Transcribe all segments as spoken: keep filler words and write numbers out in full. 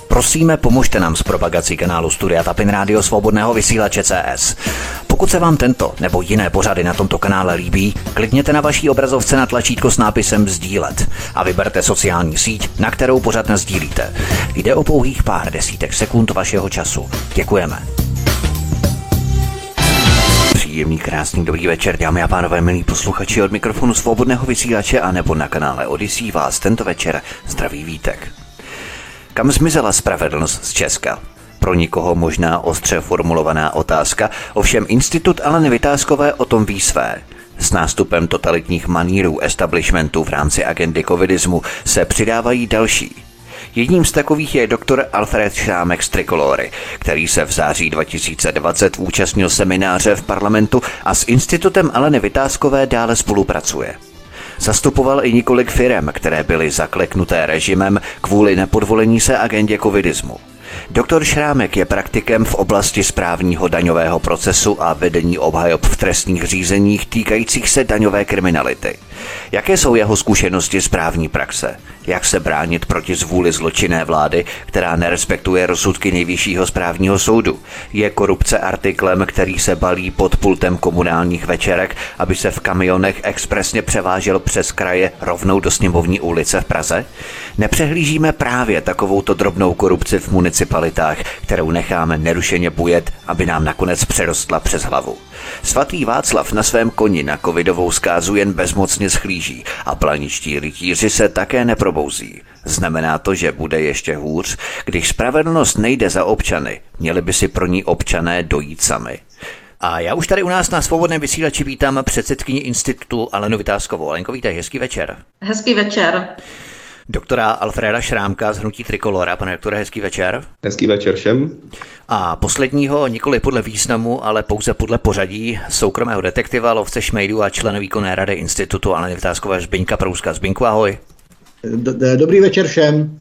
Prosíme, pomožte nám s propagací kanálu Studia Tapin Rádio Svobodného vysílače C S. Pokud se vám tento nebo jiné pořady na tomto kanále líbí, klikněte na vaší obrazovce na tlačítko s nápisem sdílet a vyberte sociální síť, na kterou pořad nasdílíte. Jde o pouhých pár desítek sekund vašeho času. Děkujeme. Příjemný, krásný, dobrý večer, dámy a pánové, milí posluchači, od mikrofonu Svobodného vysílače a nebo na kanále Odyssey vás tento večer zdraví Vítek. Kam zmizela spravedlnost z Česka? Pro nikoho možná ostře formulovaná otázka, ovšem Institut Aleny Vitáskové o tom ví své. S nástupem totalitních manírů establishmentu v rámci agendy covidismu se přidávají další. Jedním z takových je doktor Alfred Šrámek z Trikolory, který se v září dva tisíce dvacet účastnil semináře v parlamentu a s Institutem Aleny Vitáskové dále spolupracuje. Zastupoval i několik firem, které byly zakleknuté režimem kvůli nepodvolení se agendě covidismu. Doktor Šrámek je praktikem v oblasti správního daňového procesu a vedení obhajob v trestních řízeních týkajících se daňové kriminality. Jaké jsou jeho zkušenosti z právní praxe? Jak se bránit proti zvůli zločinné vlády, která nerespektuje rozsudky Nejvyššího správního soudu? Je korupce artiklem, který se balí pod pultem komunálních večerek, aby se v kamionech expresně převážel přes kraje rovnou do Sněmovní ulice v Praze? Nepřehlížíme právě takovouto drobnou korupci v municipalitách, kterou necháme nerušeně bujet, aby nám nakonec přerostla přes hlavu. Svatý Václav na svém koni na covidovou zkázu jen bezmocně schlíží a planičtí rytíři se také neprobouzí. Znamená to, že bude ještě hůř? Když spravedlnost nejde za občany, měli by si pro ní občané dojít sami. A já už tady u nás na Svobodném vysílači vítám předsedkyni Institutu Alenu Vitáskovou. Alenko, vítej, hezký večer. Hezký večer. Doktora Alfreda Šrámka z hnutí Trikolora. Pane doktore, hezký večer. Hezký večer všem. A posledního, nikoli podle významu, ale pouze podle pořadí, soukromého detektiva, lovce šmejdů a člena výkonné rady Institutu Aleny Vitáskové Zbyňka Prouska. Zbyňku, ahoj. Dobrý večer všem.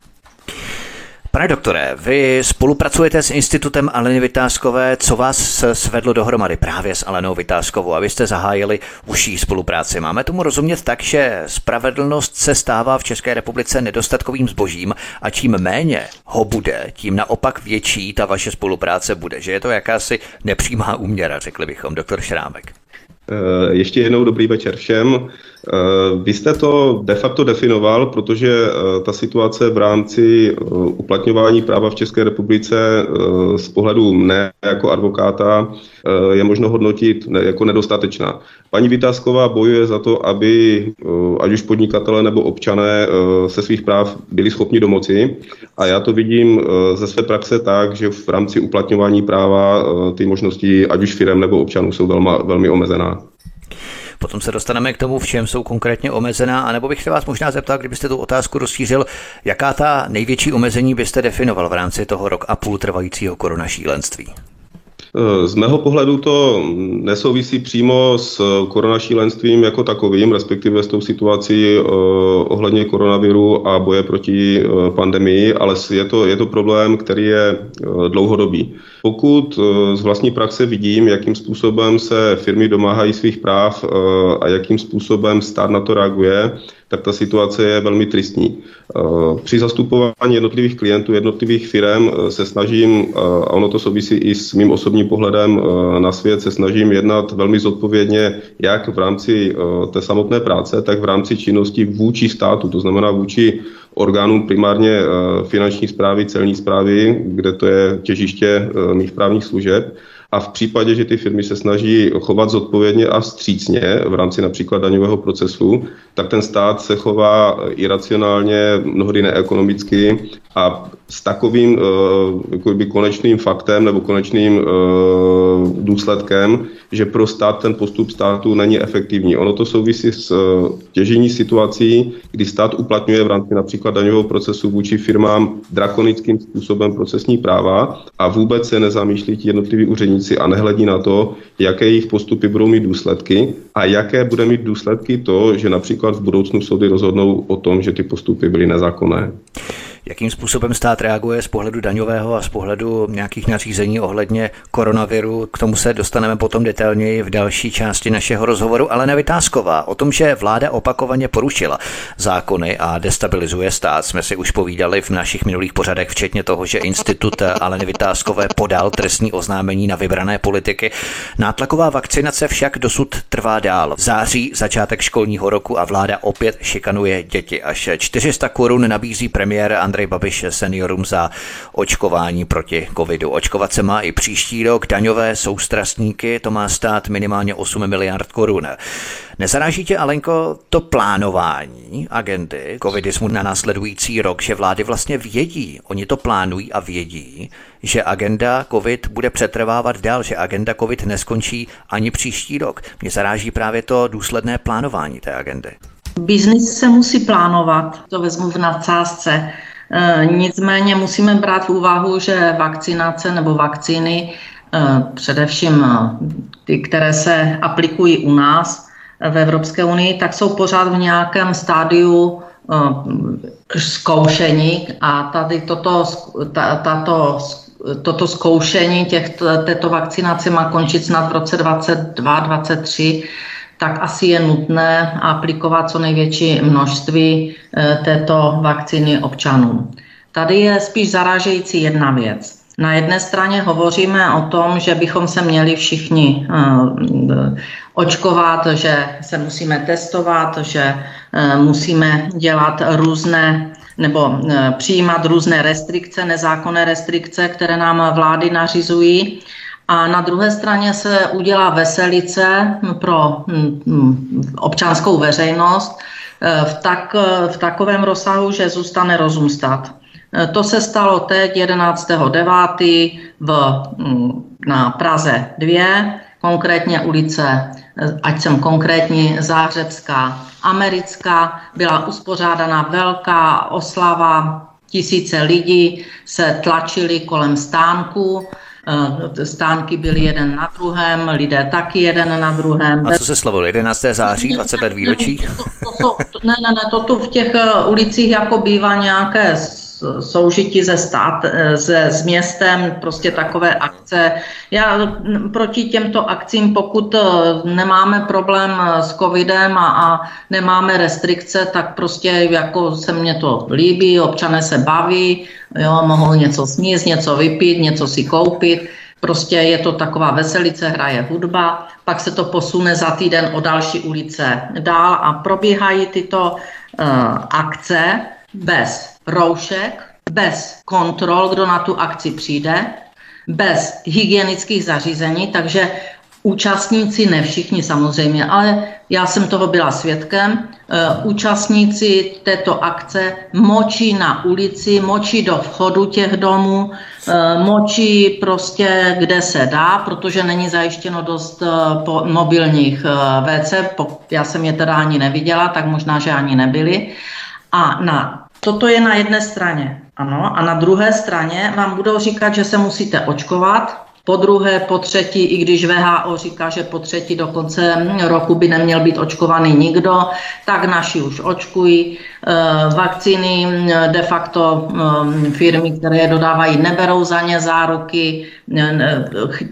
Pane doktore, vy spolupracujete s Institutem Aleny Vitáskové. Co vás svedlo dohromady právě s Alenou Vitáskovou, abyste zahájili užší spolupráci? Máme tomu rozumět tak, že spravedlnost se stává v České republice nedostatkovým zbožím a čím méně ho bude, tím naopak větší ta vaše spolupráce bude. Že je to jakási nepřímá úměra, řekli bychom, doktor Šrámek. Ještě jednou dobrý večer všem. Vy jste to de facto definoval, protože ta situace v rámci uplatňování práva v České republice z pohledu mne jako advokáta je možno hodnotit jako nedostatečná. Paní Vitásková bojuje za to, aby ať už podnikatelé nebo občané se svých práv byli schopni domoci, a já to vidím ze své praxe tak, že v rámci uplatňování práva ty možnosti ať už firem nebo občanů jsou velmi, velmi omezená. Potom se dostaneme k tomu, v čem jsou konkrétně omezená, anebo bych se vás možná zeptal, kdybyste tu otázku rozšířil, jaká ta největší omezení byste definoval v rámci toho rok a půl trvajícího koronašílenství? Z mého pohledu to nesouvisí přímo s koronašílenstvím jako takovým, respektive s tou situací eh, ohledně koronaviru a boje proti eh, pandemii, ale je to, je to problém, který je eh, dlouhodobý. Pokud eh, z vlastní praxe vidím, jakým způsobem se firmy domáhají svých práv eh, a jakým způsobem stát na to reaguje, tak ta situace je velmi tristní. Při zastupování jednotlivých klientů, jednotlivých firem se snažím, a ono to souvisí i s mým osobním pohledem na svět, se snažím jednat velmi zodpovědně jak v rámci té samotné práce, tak v rámci činnosti vůči státu, to znamená vůči orgánům primárně finanční správy, celní správy, kde to je těžiště mých právních služeb. A v případě, že ty firmy se snaží chovat zodpovědně a vstřícně v rámci například daňového procesu, tak ten stát se chová iracionálně, mnohdy neekonomicky a s takovým uh, konečným faktem nebo konečným uh, důsledkem, že pro stát ten postup státu není efektivní. Ono to souvisí s uh, těžení situací, kdy stát uplatňuje v rámci například daňového procesu vůči firmám drakonickým způsobem procesní práva a vůbec se nezamýšlí ti jednotliví úředníci a nehledí na to, jaké jejich postupy budou mít důsledky a jaké bude mít důsledky to, že například v budoucnu soudy rozhodnou o tom, že ty postupy byly nezákonné. Jakým způsobem stát reaguje z pohledu daňového a z pohledu nějakých nařízení ohledně koronaviru? K tomu se dostaneme potom detailněji v další části našeho rozhovoru, ale Vytázková o tom, že vláda opakovaně porušila zákony a destabilizuje stát, jsme si už povídali v našich minulých pořadech, včetně toho, že institut Aleny Vytázkové podal trestní oznámení na vybrané politiky. Nátlaková vakcinace však dosud trvá dál. V září začátek školního roku a vláda opět šikanuje děti. Až čtyři sta korun nabízí premiér Andrej Babiš seniorům za očkování proti covidu. Očkovat se má i příští rok. Daňové soustrastníky to má stát minimálně osm miliard korun. Nezaráží tě, Alenko, to plánování agendy covidismu na následující rok, že vlády vlastně vědí, oni to plánují a vědí, že agenda covid bude přetrvávat dál, že agenda covid neskončí ani příští rok. Mě zaráží právě to důsledné plánování té agendy. Biznis se musí plánovat, to vezmu v nadsázce. E, nicméně musíme brát v úvahu, že vakcinace nebo vakcíny, e, především ty, které se aplikují u nás v Evropské unii, tak jsou pořád v nějakém stádiu e, zkoušení a tady toto, ta, tato, toto zkoušení těch, této vakcinace má končit snad v roce dvacet dva dvacet tři, tak asi je nutné aplikovat co největší množství této vakcíny občanům. Tady je spíš zarážející jedna věc. Na jedné straně hovoříme o tom, že bychom se měli všichni očkovat, že se musíme testovat, že musíme dělat různé nebo přijímat různé restrikce, nezákonné restrikce, které nám vlády nařizují. A na druhé straně se udělá veselice pro občanskou veřejnost v, tak, v takovém rozsahu, že zůstane rozum stát. To se stalo teď jedenáctého devátého v, na Praze dva, konkrétně ulice, ať jsem konkrétní, Záhřebská, Americká, byla uspořádána velká oslava, tisíce lidí se tlačili kolem stánku. Stánky byly jeden na druhém, lidé taky jeden na druhém. A co se slavilo? jedenáctého září, dvacet let výročí? To, to, to, ne, ne, ne, to tu v těch ulicích jako bývá nějaké soužití ze stát, se, s městem, prostě takové akce. Já proti těmto akcím, pokud nemáme problém s covidem a, a nemáme restrikce, tak prostě jako se mně to líbí, občané se baví, jo, mohou něco sníst, něco vypít, něco si koupit. Prostě je to taková veselice, hraje hudba, pak se to posune za týden o další ulice dál a probíhají tyto uh, akce bez roušek, bez kontrol, kdo na tu akci přijde, bez hygienických zařízení, takže účastníci, ne všichni samozřejmě, ale já jsem toho byla svědkem, účastníci této akce močí na ulici, močí do vchodu těch domů, močí prostě kde se dá, protože není zajištěno dost mobilních vé cé, já jsem je teda ani neviděla, tak možná, že ani nebyly. A na, toto je na jedné straně, ano, a na druhé straně vám budou říkat, že se musíte očkovat, po druhé, po třetí, i když vé há ó říká, že po třetí do konce roku by neměl být očkovaný nikdo, tak naši už očkují. E, vakcíny de facto e, firmy, které je dodávají, neberou za ně záruky, e, e,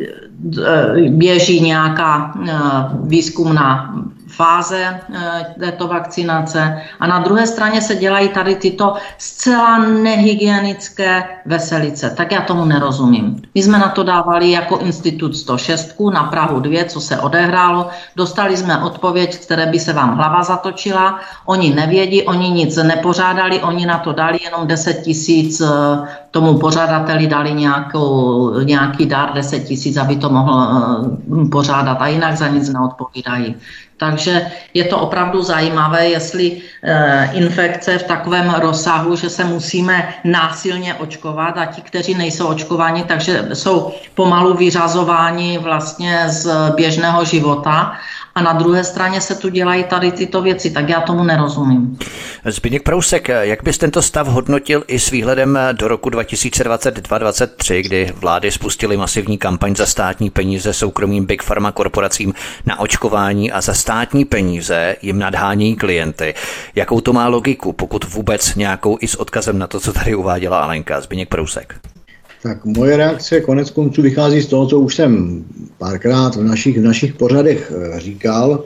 běží nějaká e, výzkumná fáze této vakcinace a na druhé straně se dělají tady tyto zcela nehygienické veselice. Tak já tomu nerozumím. My jsme na to dávali jako Institut sto šest na Prahu dva, co se odehrálo. Dostali jsme odpověď, které by se vám hlava zatočila. Oni nevědí, oni nic nepořádali, oni na to dali jenom deset tisíc, tomu pořadateli dali nějakou, nějaký dar deset tisíc, aby to mohl pořádat a jinak za nic neodpovídají. Takže je to opravdu zajímavé, jestli e, infekce v takovém rozsahu, že se musíme násilně očkovat a ti, kteří nejsou očkováni, takže jsou pomalu vyřazováni vlastně z běžného života a na druhé straně se tu dělají tady tyto věci, tak já tomu nerozumím. Zbyněk Prousek, jak bys tento stav hodnotil i s výhledem do roku dva tisíce dvacet dva dvacet tři, kdy vlády spustily masivní kampaň za státní peníze soukromým big pharma korporacím na očkování a za státní peníze jim nadhánějí klienty. Jakou to má logiku, pokud vůbec nějakou, i s odkazem na to, co tady uváděla Alenka? Zbyněk Prousek. Tak moje reakce konec konců vychází z toho, co už jsem párkrát v našich, v našich pořadech říkal.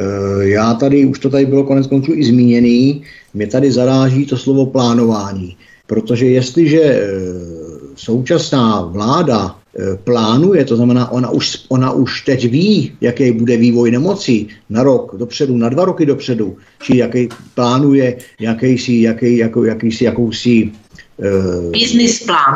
Já tady, už to tady bylo konec konců i zmíněný, mě tady zaráží to slovo plánování. Protože jestliže současná vláda plánuje, to znamená, ona už, ona už teď ví, jaký bude vývoj nemocí na rok dopředu, na dva roky dopředu, či jaký plánuje jakýsi, jaký, jako, jakýsi, jakousi uh, business plán.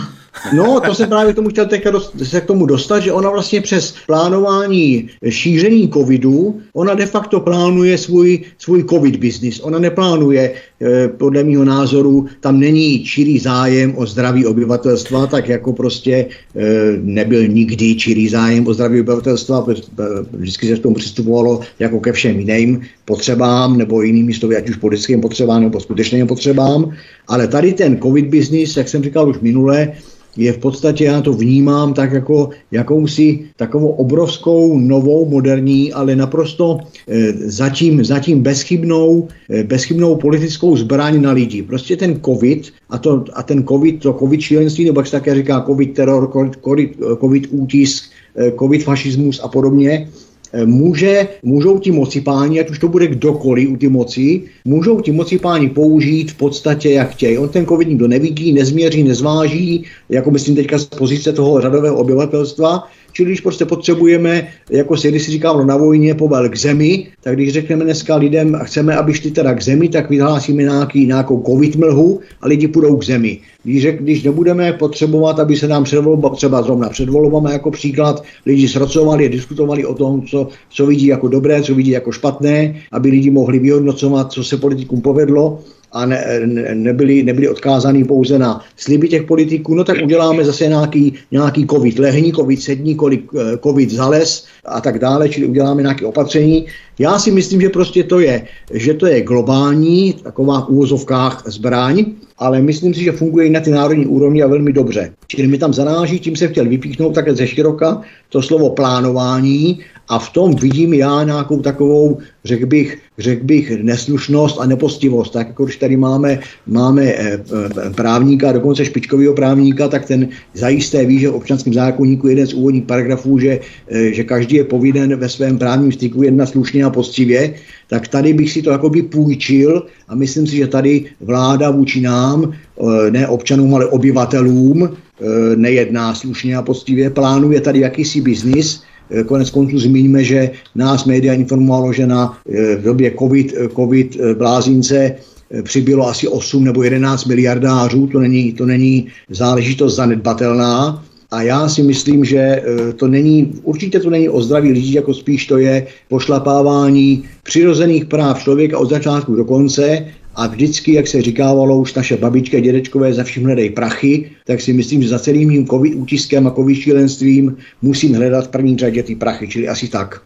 No, to se právě k tomu chtěl teďka dost, se k tomu dostat, že ona vlastně přes plánování šíření covidu, ona de facto plánuje svůj, svůj covid business. Ona neplánuje, eh, podle mého názoru, tam není čirý zájem o zdraví obyvatelstva, tak jako prostě eh, nebyl nikdy čirý zájem o zdraví obyvatelstva, vždycky se k tomu přistupovalo jako ke všem jiným potřebám, nebo jinými slovy, ať už politickým potřebám, nebo skutečným potřebám, ale tady ten covid business, jak jsem říkal už minule, je v podstatě, já to vnímám tak jako jakousi takovou obrovskou, novou, moderní, ale naprosto e, zatím, zatím bezchybnou, e, bezchybnou politickou zbraň na lidi. Prostě ten covid a, to, a ten covid, to covid šílenství, nebo jak se také říká covid teror, covid, covid útisk, e, covid fašismus a podobně, Může, můžou ti mocipáni, ať už to bude kdokoliv u ty moci, můžou ti mocipáni použít v podstatě jak chtějí. On ten covid nikdo nevidí, nezměří, nezváží, jako myslím teďka z pozice toho řadového obyvatelstva. Čili když prostě potřebujeme, jako se když si říkám na vojně, povel k zemi, tak když řekneme dneska lidem a chceme, aby šli teda k zemi, tak vyhlásíme nějaký, nějakou covid mlhu a lidi půjdou k zemi. Když, řek, když nebudeme potřebovat, aby se nám před volbami, třeba zrovna před volbami jako příklad, lidi sracovali, diskutovali o tom, co, co vidí jako dobré, co vidí jako špatné, aby lidi mohli vyhodnocovat, co se politikům povedlo, a ne, ne, nebyli, nebyli odkázaní pouze na sliby těch politiků, no tak uděláme zase nějaký, nějaký covid lehní, covid sední, covid zales a tak dále, čili uděláme nějaké opatření. Já si myslím, že prostě to je, že to je globální, taková v úvozovkách zbraň, ale myslím si, že funguje i na ty národní úrovni a velmi dobře. Čili mi tam zaráží, tím jsem chtěl vypíchnout také ze široka to slovo plánování a v tom vidím já nějakou takovou, řekl bych, řekl bych, neslušnost a nepostivost. Tak jako když tady máme, máme e, e, právníka, dokonce špičkového právníka, tak ten zajisté ví, že v občanském zákoníku jeden z úvodních paragrafů, že, e, že každý je povinen ve svém právním styku jednat slušně a poctivě, tak tady bych si to jakoby půjčil a myslím si, že tady vláda vůči nám, e, ne občanům, ale obyvatelům, e, nejedná slušně a poctivě, plánuje tady jakýsi biznis. Konec konců zmíníme, že nás média informovalo, že na v době COVID, COVID blázince přibylo asi osm nebo jedenáct miliardářů, to není, to není záležitost zanedbatelná. A já si myslím, že to není, určitě to není o zdraví lidí, jako spíš to je pošlapávání přirozených práv člověka od začátku do konce. A vždycky, jak se říkávalo už naše babičky a dědečkové, za vším hledají prachy, tak si myslím, že za celým mým covid útiskem a covid šílenstvím musím hledat v první řadě ty prachy, čili asi tak.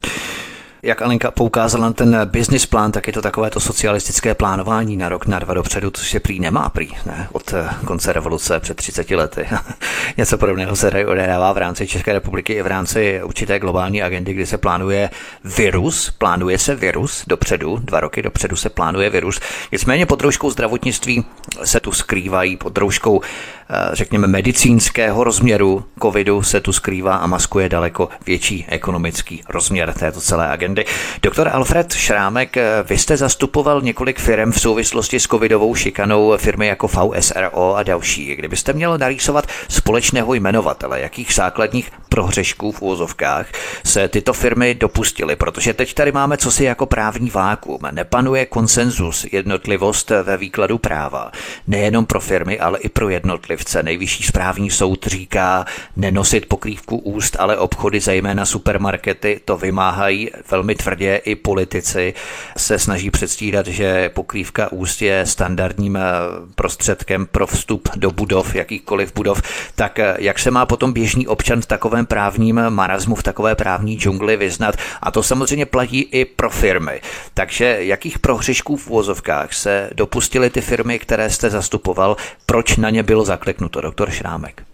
Jak Alenka poukázala na ten business plán, tak je to takové to socialistické plánování na rok, na dva dopředu, což se prý nemá prý, ne? Od konce revoluce před třiceti lety. Něco podobného se tady odehrává v rámci České republiky i v rámci určité globální agendy, kdy se plánuje virus, plánuje se virus dopředu, dva roky dopředu se plánuje virus. Nicméně pod rouškou zdravotnictví se tu skrývají, pod rouškou, řekněme, medicínského rozměru covidu se tu skrývá a maskuje daleko větší ekonomický rozměr této celé agendy. Doktor Alfred Šrámek, vy jste zastupoval několik firm v souvislosti s covidovou šikanou, firmy jako V S R O a další. Kdybyste měl narýsovat společného jmenovatele, jakých základních prohřešků v úvozovkách se tyto firmy dopustily, protože teď tady máme cosi jako právní vákuum. Nepanuje konsenzus, jednotlivost ve výkladu práva. Nejenom pro firmy, ale i pro jednotlivce. Nejvyšší správní soud říká nenosit pokrývku úst, ale obchody, zejména supermarkety, to vymáhají velmi tvrdě. I politici se snaží předstírat, že pokrývka úst je standardním prostředkem pro vstup do budov, jakýchkoliv budov. Tak jak se má potom běžný občan v takovém takovém právním marazmu, v takové právní džungli vyznat. A to samozřejmě platí i pro firmy. Takže jakých prohřešků v uvozovkách se dopustily ty firmy, které jste zastupoval? Proč na ně bylo zakleknuto, doktor Šrámek?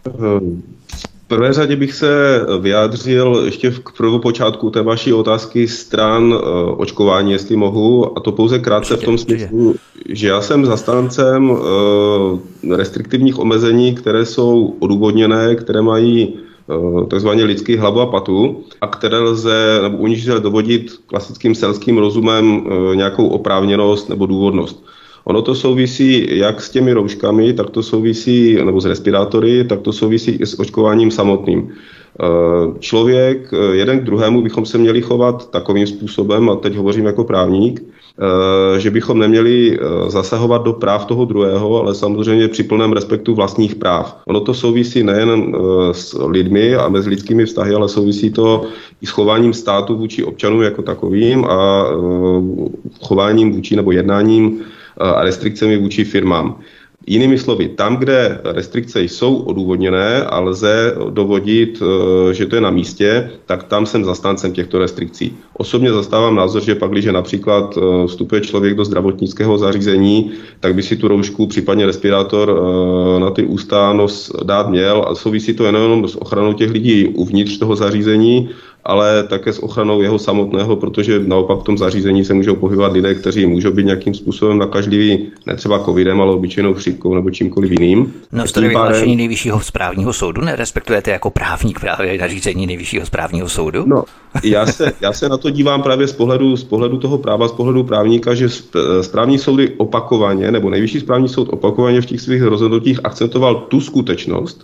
V prvé řadě bych se vyjádřil ještě k prvopočátku té vaší otázky stran očkování, jestli mohu, a to pouze krátce v tom smyslu, že já jsem zastáncem restriktivních omezení, které jsou odůvodněné, které mají takzvaně lidský hlavu a patu a které lze, nebo u nich lze dovodit klasickým selským rozumem nějakou oprávněnost nebo důvodnost. Ono to souvisí jak s těmi rouškami, tak to souvisí, nebo s respirátory, tak to souvisí i s očkováním samotným. Člověk, jeden k druhému bychom se měli chovat takovým způsobem, a teď hovořím jako právník, že bychom neměli zasahovat do práv toho druhého, ale samozřejmě při plném respektu vlastních práv. Ono to souvisí nejen s lidmi a mezi lidskými vztahy, ale souvisí to i s chováním státu vůči občanům jako takovým a chováním vůči nebo jednáním a restrikcemi vůči firmám. Jinými slovy, tam, kde restrikce jsou odůvodněné a lze dovodit, že to je na místě, tak tam jsem zastáncem těchto restrikcí. Osobně zastávám názor, že pak, když například vstupuje člověk do zdravotnického zařízení, tak by si tu roušku, případně respirátor na ty ústa, nos dát měl, a souvisí to jenom s ochranou těch lidí uvnitř toho zařízení, ale také s ochranou jeho samotného, protože naopak v tom zařízení se můžou pohybovat lidé, kteří můžou být nějakým způsobem nakažliví, ne třeba covidem, ale obyčejnou chřipkou nebo čímkoliv jiným. No, jste vyhlášení nejvyššího správního soudu nerespektujete jako právník právě nařízení nejvyššího správního soudu? No, já se, já se na to dívám právě z pohledu, z pohledu toho práva, z pohledu právníka, že správní soudy opakovaně, nebo nejvyšší správní soud opakovaně v těch svých rozhodnutích akcentoval tu skutečnost,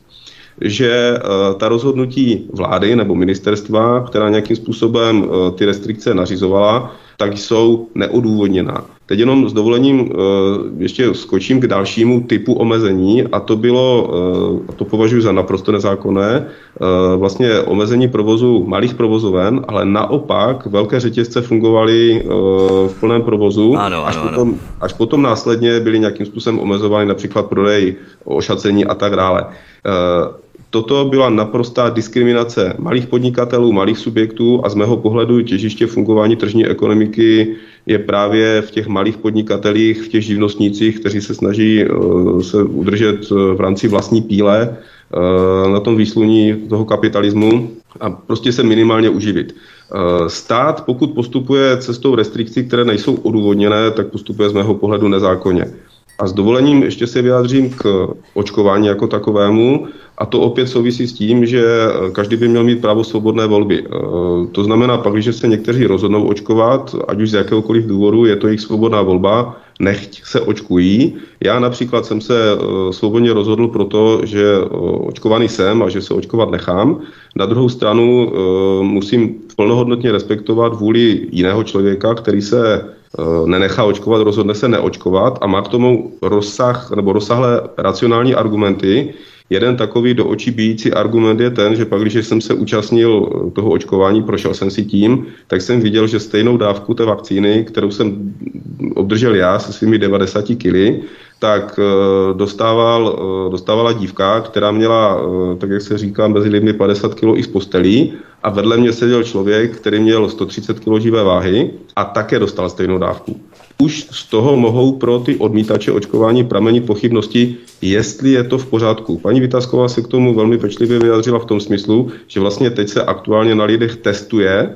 že uh, ta rozhodnutí vlády nebo ministerstva, která nějakým způsobem uh, ty restrikce nařizovala, tak jsou neodůvodněná. Teď jenom s dovolením uh, ještě skočím k dalšímu typu omezení, a to bylo, uh, to považuji za naprosto nezákonné, uh, vlastně omezení provozu malých provozoven, ale naopak velké řetězce fungovaly uh, v plném provozu, ano, ano, až, potom, ano. až potom následně byly nějakým způsobem omezovány například prodej, ošacení a tak dále. Uh, Toto byla naprostá diskriminace malých podnikatelů, malých subjektů, a z mého pohledu těžiště fungování tržní ekonomiky je právě v těch malých podnikatelích, v těch živnostnících, kteří se snaží uh, se udržet v rámci vlastní píle uh, na tom výsluní toho kapitalismu a prostě se minimálně uživit. Uh, stát, pokud postupuje cestou restrikcí, které nejsou odůvodněné, tak postupuje z mého pohledu nezákonně. A s dovolením ještě se vyjádřím k očkování jako takovému, a to opět souvisí s tím, že každý by měl mít právo svobodné volby. To znamená, pak, když se někteří rozhodnou očkovat, ať už z jakéhokoliv důvodu, je to jejich svobodná volba, nechť se očkují. Já například jsem se svobodně rozhodl proto, že očkovaný jsem a že se očkovat nechám. Na druhou stranu musím plnohodnotně respektovat vůli jiného člověka, který se nenechá očkovat, rozhodne se neočkovat a má k tomu rozsah nebo rozsáhlé racionální argumenty. Jeden takový do očí bijící argument je ten, že pak, když jsem se účastnil toho očkování, prošel jsem si tím, tak jsem viděl, že stejnou dávku té vakcíny, kterou jsem obdržel já se svými devadesáti kily, tak dostával, dostávala dívka, která měla, tak jak se říká, mezi lidmi padesát kilo i z postelí, a vedle mě seděl člověk, který měl sto třicet kilo živé váhy a také dostal stejnou dávku. Už z toho mohou pro ty odmítače očkování pramenit pochybnosti, jestli je to v pořádku. Paní Vitásková se k tomu velmi pečlivě vyjádřila v tom smyslu, že vlastně teď se aktuálně na lidech testuje, e,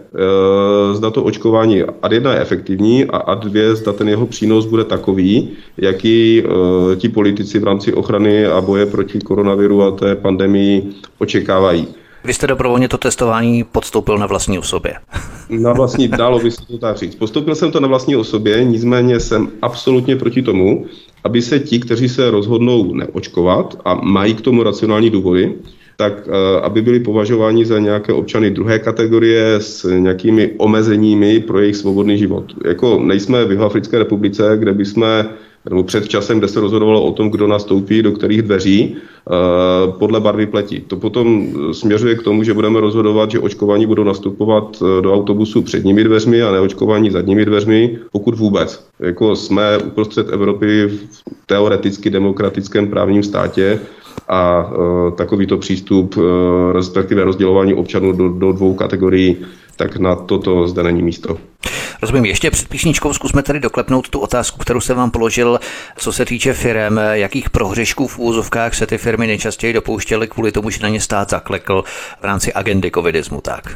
zda to očkování ad jedna je efektivní a ad dvě, zda ten jeho přínos bude takový, jaký e, ti politici v rámci ochrany a boje proti koronaviru a té pandemii očekávají. Vy jste dobrovolně to testování podstoupil na vlastní osobě. Na vlastní, dalo by se to tak říct. Podstoupil jsem to na vlastní osobě, nicméně jsem absolutně proti tomu, aby se ti, kteří se rozhodnou neočkovat a mají k tomu racionální důvody, tak aby byli považováni za nějaké občany druhé kategorie s nějakými omezeními pro jejich svobodný život. Jako nejsme v Jihoafrické republice, kde bychom nebo před časem, kde se rozhodovalo o tom, kdo nastoupí do kterých dveří, podle barvy pleti. To potom směřuje k tomu, že budeme rozhodovat, že očkovaní budou nastupovat do autobusu předními dveřmi a neočkovaní zadními dveřmi, pokud vůbec. Jako jsme uprostřed Evropy v teoreticky demokratickém právním státě a e, takovýto přístup, e, respektive rozdělování občanů do, do dvou kategorií, tak na toto zde není místo. Rozumím, ještě před písničkou zkusme tady doklepnout tu otázku, kterou jsem vám položil, co se týče firem, jakých prohřešků v úvozovkách se ty firmy nejčastěji dopouštěly kvůli tomu, že na ně stát zaklekl v rámci agendy covidismu, tak?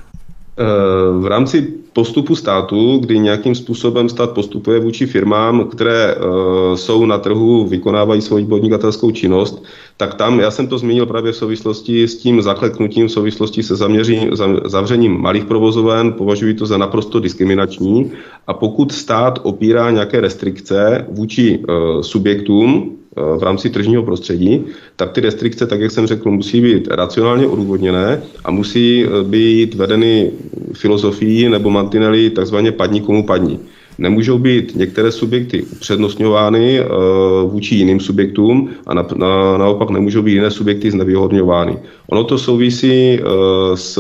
V rámci postupu státu, kdy nějakým způsobem stát postupuje vůči firmám, které jsou na trhu, vykonávají svoji podnikatelskou činnost, tak tam, já jsem to zmínil právě v souvislosti s tím zakleknutím, v souvislosti se zaměří, zavřením malých provozoven, považuji to za naprosto diskriminační. A pokud stát opírá nějaké restrikce vůči subjektům v rámci tržního prostředí, tak ty restrikce, tak jak jsem řekl, musí být racionálně odůvodněné a musí být vedeny filozofií nebo mantinely takzvaně padni komu padni. Nemůžou být některé subjekty upřednostňovány e, vůči jiným subjektům a na, na, naopak nemůžou být jiné subjekty znevýhodňovány. Ono to souvisí e, s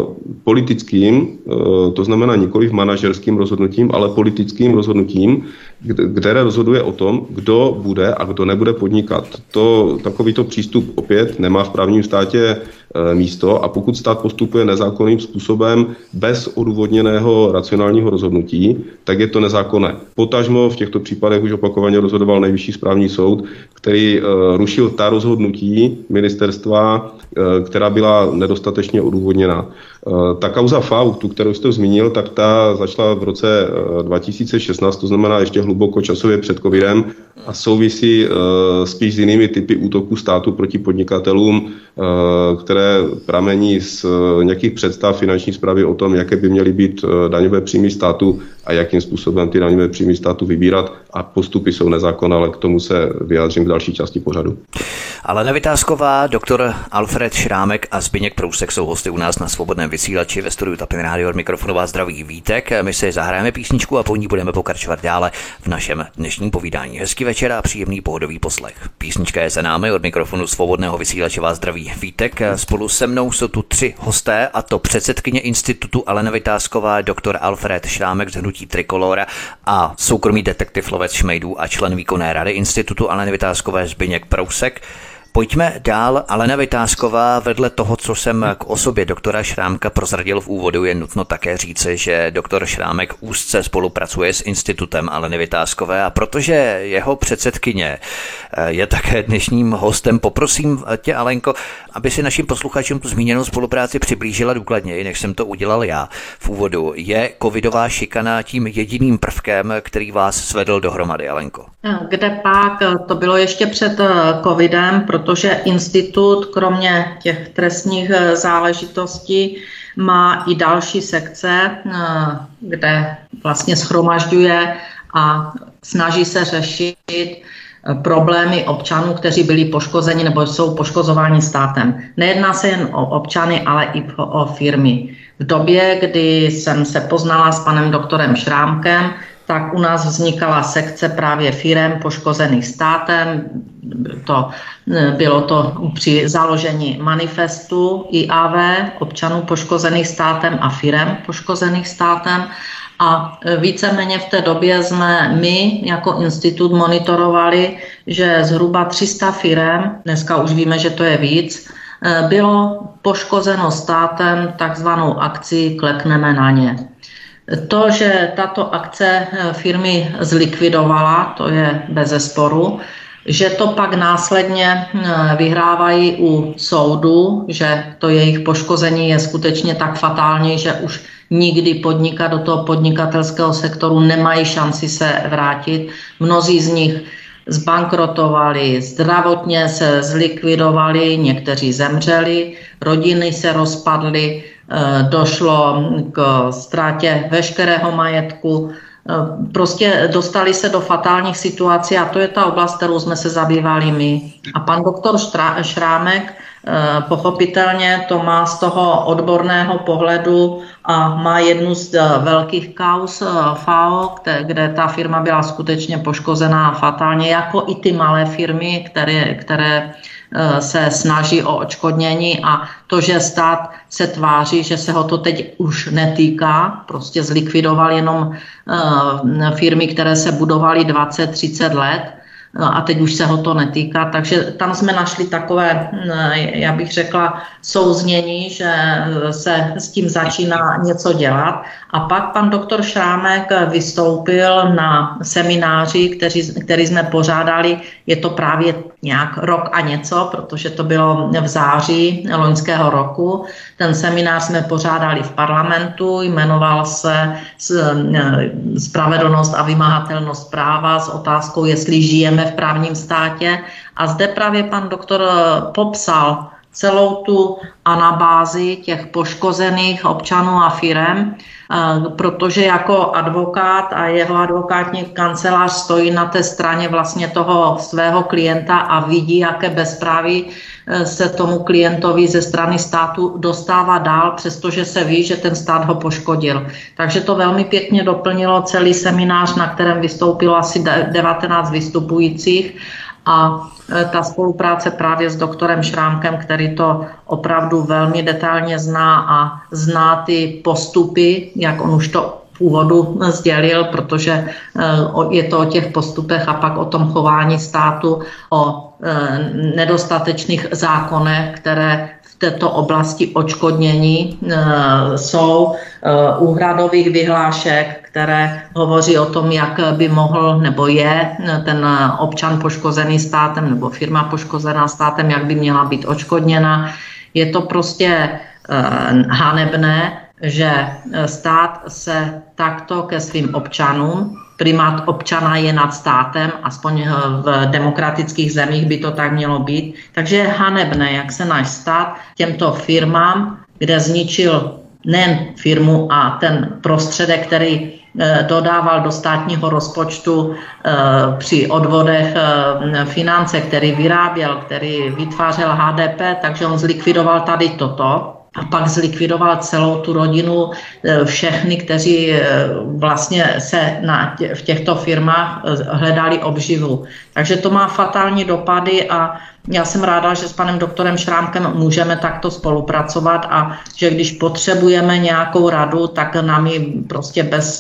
politickým, e, to znamená nikoliv manažerským rozhodnutím, ale politickým rozhodnutím, které rozhoduje o tom, kdo bude a kdo nebude podnikat. To, takovýto přístup opět nemá v právním státě e, místo a pokud stát postupuje nezákonným způsobem bez odůvodněného racionálního rozhodnutí, tak je to nezákonné. Potažmo v těchto případech už opakovaně rozhodoval Nejvyšší správní soud, který e, rušil ta rozhodnutí ministerstva, e, která byla nedostatečně odůvodněná. E, ta kauza F A U, tu, kterou jste zmínil, tak ta začala v roce e, dva tisíce šestnáct, to znamená ještě hluboko časově před covidem a souvisí e, spíš s jinými typy útoků státu proti podnikatelům, e, které pramení z e, nějakých představ finanční správy o tom, jaké by měly být e, daňové příjmy státu a jakým způsobem ty daňové příjmy státu vybírat a postupy jsou nezákonné, ale k tomu se vyjádřím v další části pořadu. Alena Vytázková, doktor Alfred Šrámek a Zbyněk Prousek jsou hosty u nás na Svobodném vysílači ve studiu Tapin Radio. Od mikrofonu vás zdraví Vítek. My si zahrajeme písničku a po ní budeme pokračovat dále v našem dnešním povídání. Hezký večer a příjemný pohodový poslech. Písnička je za námi, od mikrofonu Svobodného vysílače vás zdraví Vítek. Spolu se mnou jsou tu tři hosté, a to předsedkyně institutu Alena Vytázková, doktor Alfred Šrámek z hnutí Trikolora a soukromý detektiv lovec šmejdů a člen výkonné rady institutu Aleny Vytázkové Zbyněk Prousek. Pojďme dál. Alena Vytázková, vedle toho, co jsem k osobě doktora Šrámka prozradil v úvodu, je nutno také říci, že doktor Šrámek úzce spolupracuje s institutem Aleny Vytázkové a protože jeho předsedkyně je také dnešním hostem, poprosím tě, Alenko, aby si našim posluchačům tu zmíněnou spolupráci přiblížila důkladněji, než jsem to udělal já v úvodu. Je covidová šikana tím jediným prvkem, který vás svedl dohromady, Alenko? Kde pak? To bylo ještě před covidem, protože institut kromě těch trestních záležitostí má i další sekce, kde vlastně shromažďuje a snaží se řešit problémy občanů, kteří byli poškozeni nebo jsou poškozováni státem. Nejedná se jen o občany, ale i o firmy. V době, kdy jsem se poznala s panem doktorem Šrámkem, tak u nás vznikala sekce právě firem poškozených státem. To, bylo to při založení manifestu I A V, občanů poškozených státem a firem poškozených státem. A víceméně v té době jsme my jako institut monitorovali, že zhruba tři sta firem, dneska už víme, že to je víc, bylo poškozeno státem takzvanou akcí Klekneme na ně. To, že tato akce firmy zlikvidovala, to je bezesporu, že to pak následně vyhrávají u soudu, že to jejich poškození je skutečně tak fatální, že už nikdy podnikat do toho podnikatelského sektoru nemají šanci se vrátit. Mnozí z nich zbankrotovali, zdravotně se zlikvidovali, někteří zemřeli, rodiny se rozpadly, došlo k ztrátě veškerého majetku, prostě dostali se do fatálních situací a to je ta oblast, kterou jsme se zabývali my. A pan doktor Šrámek Pochopitelně to má z toho odborného pohledu a má jednu z velkých kauz F A O, kde, kde ta firma byla skutečně poškozená fatálně, jako i ty malé firmy, které, které se snaží o odškodnění, a to, že stát se tváří, že se ho to teď už netýká, prostě zlikvidoval jenom firmy, které se budovaly dvacet třicet let, a teď už se ho to netýká, takže tam jsme našli takové, já bych řekla, souznění, že se s tím začíná něco dělat. A pak pan doktor Šrámek vystoupil na semináři, který, který jsme pořádali, je to právě nějak rok a něco, protože to bylo v září loňského roku. Ten seminář jsme pořádali v parlamentu, jmenoval se Spravedlnost a vymahatelnost práva s otázkou, jestli žijeme v právním státě. A zde právě pan doktor popsal celou tu anabázi těch poškozených občanů a firem, protože jako advokát a jeho advokátní kancelář stojí na té straně vlastně toho svého klienta a vidí, jaké bezpráví se tomu klientovi ze strany státu dostává dál, přestože se ví, že ten stát ho poškodil. Takže to velmi pěkně doplnilo celý seminář, na kterém vystoupilo asi devatenáct vystupujících, a ta spolupráce právě s doktorem Šrámkem, který to opravdu velmi detailně zná a zná ty postupy, jak on už to v úvodu sdělil, protože je to o těch postupech a pak o tom chování státu, o nedostatečných zákonech, které v této oblasti odškodnění jsou, úhradových vyhlášek, které hovoří o tom, jak by mohl nebo je ten občan poškozený státem nebo firma poškozená státem, jak by měla být odškodněna. Je to prostě hanebné, že stát se takto ke svým občanům, primát občana je nad státem, aspoň v demokratických zemích by to tak mělo být, takže je hanebné, jak se náš stát těmto firmám, kde zničil nejen firmu a ten prostředek, který dodával do státního rozpočtu při odvodech finance, který vyráběl, který vytvářel H D P, takže on zlikvidoval tady toto. A pak zlikvidoval celou tu rodinu, všechny, kteří vlastně se na tě, v těchto firmách hledali obživu. Takže to má fatální dopady a já jsem ráda, že s panem doktorem Šrámkem můžeme takto spolupracovat a že když potřebujeme nějakou radu, tak nám ji prostě bez...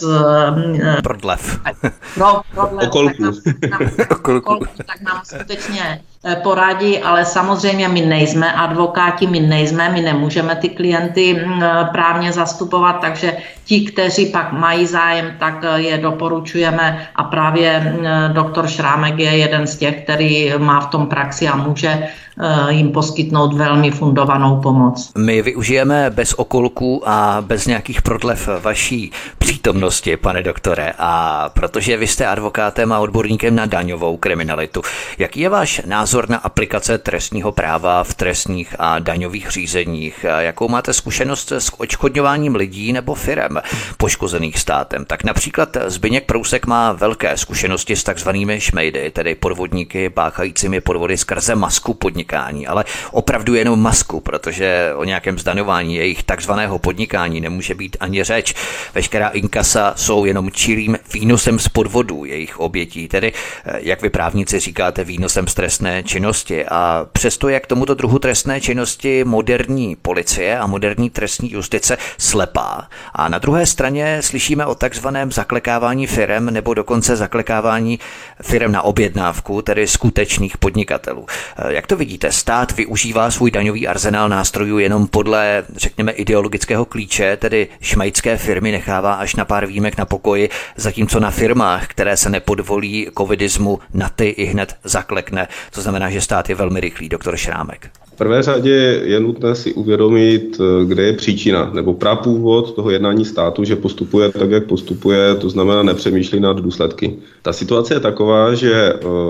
Prodlev. Pro, prodlev Okolku. Tak nám, okolku, tak nám skutečně poradí, ale samozřejmě my nejsme advokáti, my nejsme, my nemůžeme ty klienty právně zastupovat, takže ti, kteří pak mají zájem, tak je doporučujeme a právě doktor Šrámek je jeden z těch, který má v tom praxi a může jim poskytnout velmi fundovanou pomoc. My využijeme bez okolků a bez nějakých prodlev vaší přítomnosti, pane doktore, a protože vy jste advokátem a odborníkem na daňovou kriminalitu, jaký je váš názor na aplikace trestního práva v trestních a daňových řízeních? Jakou máte zkušenost s odškodňováním lidí nebo firem poškozených státem? Tak například Zbyněk Prousek má velké zkušenosti s takzvanými šmejdy, tedy podvodníky páchajícími podvody skrze masku podnikání, ale opravdu jenom masku, protože o nějakém zdaňování jejich takzvaného podnikání nemůže být ani řeč. Veškerá inkasa jsou jenom čirým výnosem z podvodů jejich obětí, tedy, jak vy právníci říkáte, výnosem z trestné činnosti. A přesto je k tomuto druhu trestné činnosti moderní policie a moderní trestní justice slepá. A na druhé straně slyšíme o takzvaném zaklekávání firem nebo dokonce zaklekávání firem na objednávku, tedy skutečných podnikatelů. Jak to vidíte? Stát využívá svůj daňový arzenál nástrojů jenom podle, řekněme, ideologického klíče, tedy šmejdské firmy nechává až na pár výjimek na pokoji, zatímco na firmách, které se nepodvolí covidismu, na ty i hned zaklekne. To znamená, že stát je velmi rychlý, doktor Šrámek. V prvé řadě je nutné si uvědomit, kde je příčina nebo prapůvod toho jednání státu, že postupuje tak, jak postupuje, to znamená nepřemýšlí nad důsledky. Ta situace je taková, že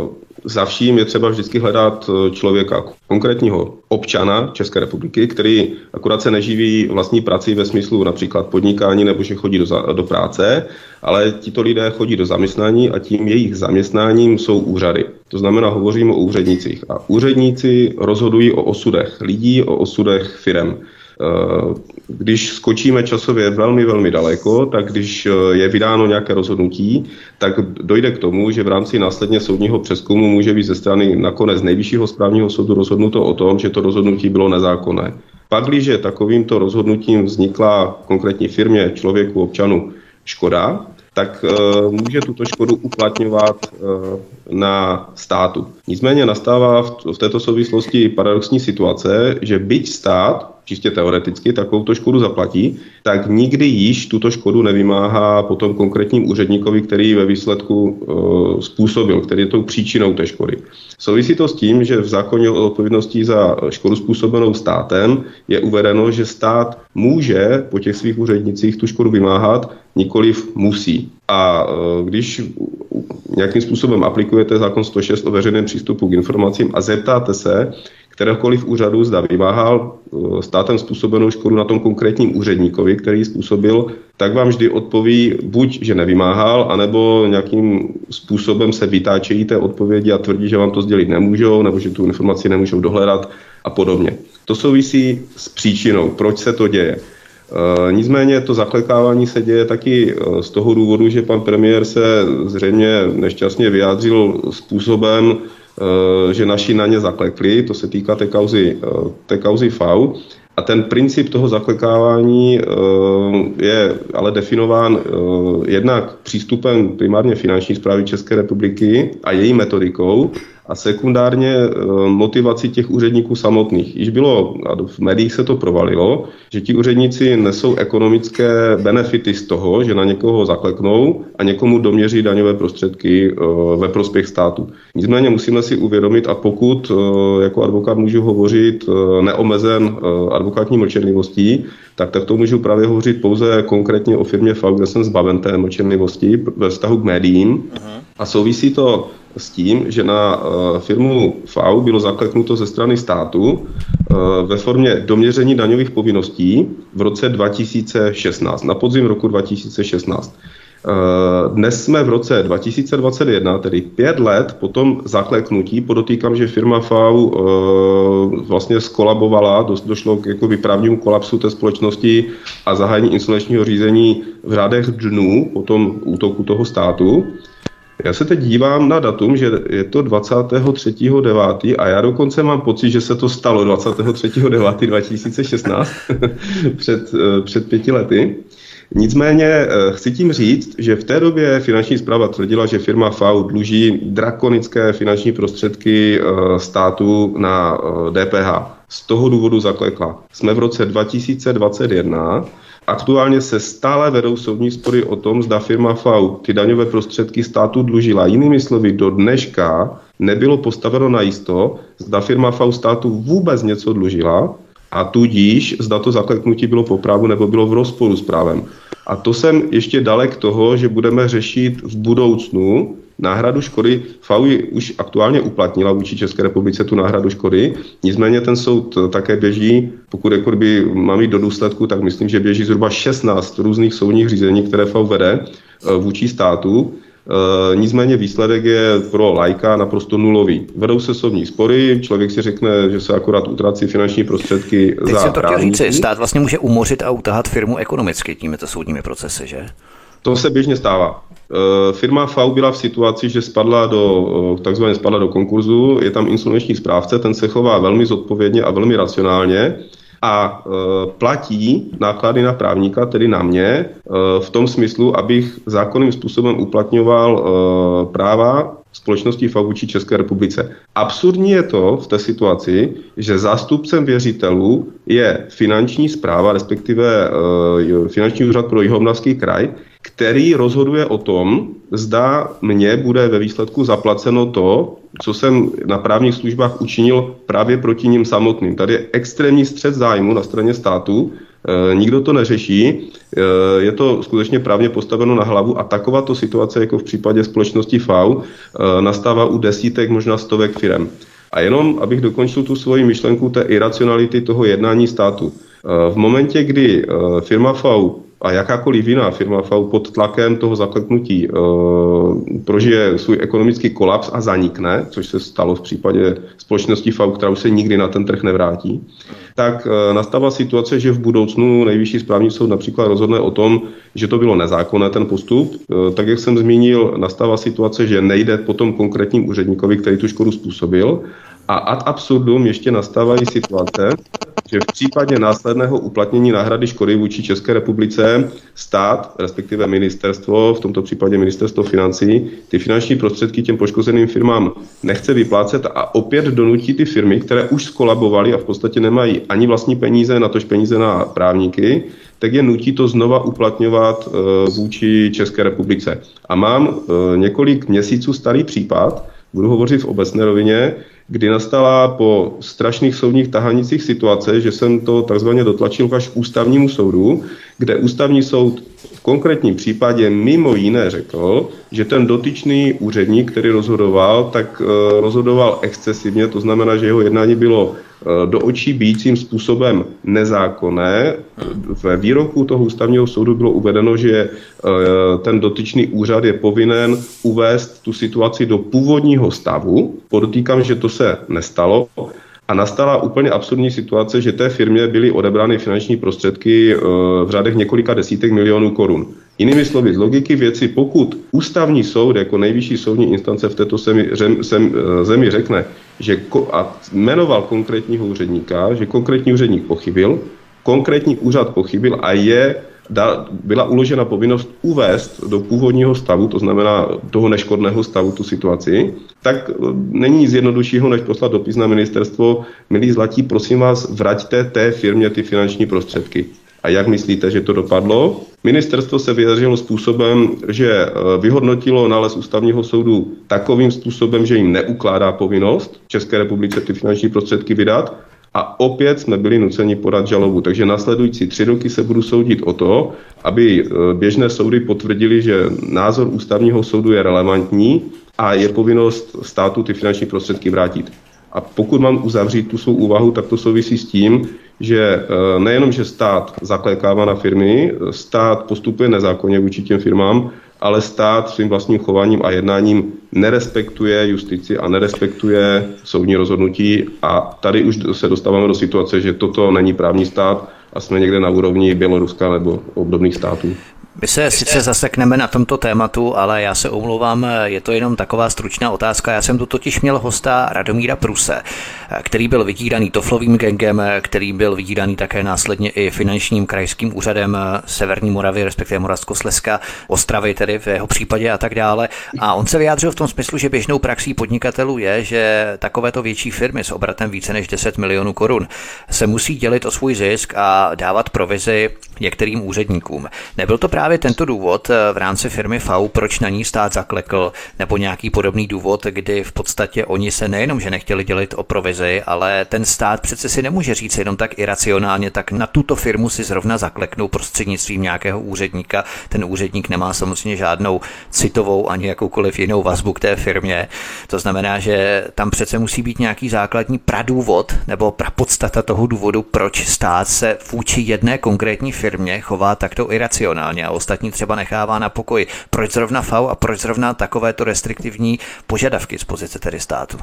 za vším je třeba vždycky hledat člověka, konkrétního občana České republiky, který akorát se neživí vlastní prací ve smyslu například podnikání nebo že chodí do, do práce, ale tito lidé chodí do zaměstnání a tím jejich zaměstnáním jsou úřady. To znamená, hovoříme o úřednicích. A úředníci rozhodují o osudech lidí, o osudech firem. Když skočíme časově velmi, velmi daleko, tak když je vydáno nějaké rozhodnutí, tak dojde k tomu, že v rámci následně soudního přezkumu může být ze strany nakonec Nejvyššího správního soudu rozhodnuto o tom, že to rozhodnutí bylo nezákonné. Pakliže takovýmto rozhodnutím vznikla konkrétní firmě, člověku, občanu škoda, tak uh, může tuto škodu uplatňovat uh, na státu. Nicméně nastává v, v této souvislosti paradoxní situace, že byť stát, čistě teoreticky, takovouto škodu zaplatí, tak nikdy již tuto škodu nevymáhá potom konkrétním úředníkovi, který ve výsledku uh, způsobil, který je tou příčinou té škody. Souvisí to s tím, že v zákoně o odpovědnosti za škodu způsobenou státem je uvedeno, že stát může po těch svých úřednicích tu škodu vymáhat, nikoliv musí. A uh, když nějakým způsobem aplikujete zákon sto šest o veřejném přístupu k informacím a zeptáte se kteréhokoliv úřadu, zda vymáhal státem způsobenou škodu na tom konkrétním úředníkovi, který ji způsobil, tak vám vždy odpoví buď, že nevymáhal, anebo nějakým způsobem se vytáčejí té odpovědi a tvrdí, že vám to sdělit nemůžou, nebo že tu informaci nemůžou dohledat a podobně. To souvisí s příčinou, proč se to děje. E, nicméně to zaklekávání se děje taky z toho důvodu, že pan premiér se zřejmě nešťastně vyjádřil způsobem, že naši na ně zaklekli, to se týká té kauzy, té kauzy F A U. A ten princip toho zaklekávání je ale definován jednak přístupem primárně finanční správy České republiky a její metodikou a sekundárně motivací těch úředníků samotných. Již bylo, a v médiích se to provalilo, že ti úředníci nesou ekonomické benefity z toho, že na někoho zakleknou a někomu doměří daňové prostředky ve prospěch státu. Nicméně musíme si uvědomit, a pokud jako advokát můžu hovořit neomezen advokátní mlčenlivostí, tak tak to můžu právě hovořit pouze konkrétně o firmě F A U, kde jsem zbaven té mlčenlivosti ve vztahu k médiím. Aha. A souvisí to s tím, že na uh, firmu F A U bylo zakleknuto ze strany státu uh, ve formě doměření daňových povinností v roce dva tisíce šestnáct, na podzim roku dva tisíce šestnáct. Uh, dnes jsme v roce dva tisíce dvacet jedna, tedy pět let po tom zakleknutí, podotýkám, že firma F A U uh, vlastně skolabovala, do, došlo k jakoby právnímu kolapsu té společnosti a zahájení insolvenčního řízení v řádech dnů po tom útoku toho státu. Já se teď dívám na datum, že je to dvacátého třetího devátého a já dokonce mám pocit, že se to stalo dvacátého třetího devátého dva tisíce šestnáct před, před pěti lety. Nicméně chci tím říct, že v té době finanční správa tvrdila, že firma F A U dluží drakonické finanční prostředky státu na D P H. Z toho důvodu zaklekla. Jsme v roce dva tisíce dvacet jedna. Aktuálně se stále vedou soudní spory o tom, zda firma F A U ty daňové prostředky státu dlužila. Jinými slovy, do dneška nebylo postaveno najisto, zda firma F A U státu vůbec něco dlužila a tudíž zda to zakleknutí bylo po právu nebo bylo v rozporu s právem. A to jsem ještě dalek toho, že budeme řešit v budoucnu náhradu škody. F A U už aktuálně uplatnila vůči České republice tu náhradu škody, nicméně ten soud také běží, pokud by mám jít do důsledku, tak myslím, že běží zhruba šestnáct různých soudních řízení, které F A U vede vůči státu. E, nicméně výsledek je pro laika naprosto nulový. Vedou se soudní spory, člověk si řekne, že se akorát utrací finanční prostředky Teď za to právníky. Říci, stát vlastně může umořit a utahat firmu ekonomicky těmito soudními procesy, že? To se běžně stává. E, firma F A U byla v situaci, že spadla do, takzvaně spadla do konkurzu, je tam insolvenční správce, ten se chová velmi zodpovědně a velmi racionálně a e, platí náklady na právníka, tedy na mě, e, v tom smyslu, abych zákonným způsobem uplatňoval e, práva společnosti F A U vůči České republice. Absurdní je to v té situaci, že zástupcem věřitelů je finanční správa, respektive e, finanční úřad pro Jihomoravský kraj, který rozhoduje o tom, zda mně bude ve výsledku zaplaceno to, co jsem na právních službách učinil právě proti nim samotným. Tady je extrémní střet zájmu na straně státu Nikdo to neřeší, je to skutečně právně postaveno na hlavu a takováto situace, jako v případě společnosti F A U, nastává u desítek, možná stovek firem. A jenom, abych dokončil tu svoji myšlenku té iracionality toho jednání státu. V momentě, kdy firma F A U a jakákoliv jiná firma F A U pod tlakem toho zakleknutí prožije svůj ekonomický kolaps a zanikne, což se stalo v případě společnosti F A U, která už se nikdy na ten trh nevrátí, tak nastává situace, že v budoucnu Nejvyšší správní soud například rozhodne o tom, že to bylo nezákonné ten postup. Tak, jak jsem zmínil, nastává situace, že nejde po tom konkrétním úředníkovi, který tu škodu způsobil. A ad absurdum ještě nastávají situace, že v případě následného uplatnění náhrady škody vůči České republice stát, respektive ministerstvo, v tomto případě ministerstvo financí, ty finanční prostředky těm poškozeným firmám nechce vyplácet a opět donutí ty firmy, které už skolabovaly a v podstatě nemají ani vlastní peníze, natož peníze na právníky, tak je nutí to znova uplatňovat e, vůči České republice. A mám e, několik měsíců starý případ, budu hovořit v obecné rovině, kdy nastala po strašných soudních tahanicích situace, že jsem to takzvaně dotlačil až k ústavnímu soudu, kde ústavní soud v konkrétním případě mimo jiné řekl, že ten dotyčný úředník, který rozhodoval, tak uh, rozhodoval excesivně, to znamená, že jeho jednání bylo uh, do očí bijícím způsobem nezákonné. Ve výroku toho ústavního soudu bylo uvedeno, že uh, ten dotyčný úřad je povinen uvést tu situaci do původního stavu. Podotýkám, že to se nestalo. A nastala úplně absurdní situace, že té firmě byly odebrány finanční prostředky v řádech několika desítek milionů korun. Jinými slovy, z logiky věci, pokud ústavní soud jako nejvyšší soudní instance v této zemi, zemi řekne, že a jmenoval konkrétního úředníka, že konkrétní úředník pochybil, konkrétní úřad pochybil a je Da, byla uložena povinnost uvést do původního stavu, to znamená toho neškodného stavu, tu situaci, tak není nic jednoduššího, než poslat dopis na ministerstvo: milí zlatí, prosím vás, vraťte té firmě ty finanční prostředky. A jak myslíte, že to dopadlo? Ministerstvo se vyjádřilo způsobem, že vyhodnotilo nález ústavního soudu takovým způsobem, že jim neukládá povinnost České republice ty finanční prostředky vydat. A opět jsme byli nuceni podat žalobu. Takže následující tři roky se budu soudit o to, aby běžné soudy potvrdili, že názor ústavního soudu je relevantní a je povinnost státu ty finanční prostředky vrátit. A pokud mám uzavřít tu svou úvahu, tak to souvisí s tím, že nejenom, že stát zaklékává na firmy, stát postupuje nezákonně vůči těm firmám, ale stát svým vlastním chováním a jednáním nerespektuje justici a nerespektuje soudní rozhodnutí. A tady už se dostáváme do situace, že toto není právní stát a jsme někde na úrovni Běloruska nebo obdobných států. My se sice zasekneme na tomto tématu, ale já se omlouvám, je to jenom taková stručná otázka. Já jsem tu totiž měl hosta Radomíra Pruse, který byl vydíraný Toflovým gangem, který byl vydíraný také následně i finančním krajským úřadem Severní Moravy, respektive Moravskoslezska, Ostravy tedy v jeho případě a tak dále. A on se vyjádřil v tom smyslu, že běžnou praxí podnikatelů je, že takovéto větší firmy s obratem více než deset milionů korun se musí dělit o svůj zisk a dávat provizi některým úředníkům. Nebyl to právě tento důvod v rámci firmy F A U, proč na ní stát zaklekl, nebo nějaký podobný důvod, kdy v podstatě oni se nejenom, že nechtěli dělit o provizi, ale ten stát přece si nemůže říct jenom tak iracionálně, tak na tuto firmu si zrovna zakleknou prostřednictvím nějakého úředníka. Ten úředník nemá samozřejmě žádnou citovou ani jakoukoliv jinou vazbu k té firmě. To znamená, že tam přece musí být nějaký základní pradůvod nebo prapodstata toho důvodu, proč stát se vůči jedné konkrétní firmě chová takto iracionálně a ostatní třeba nechává na pokoji. Proč zrovna F A U a proč zrovna takovéto restriktivní požadavky z pozice tedy státu?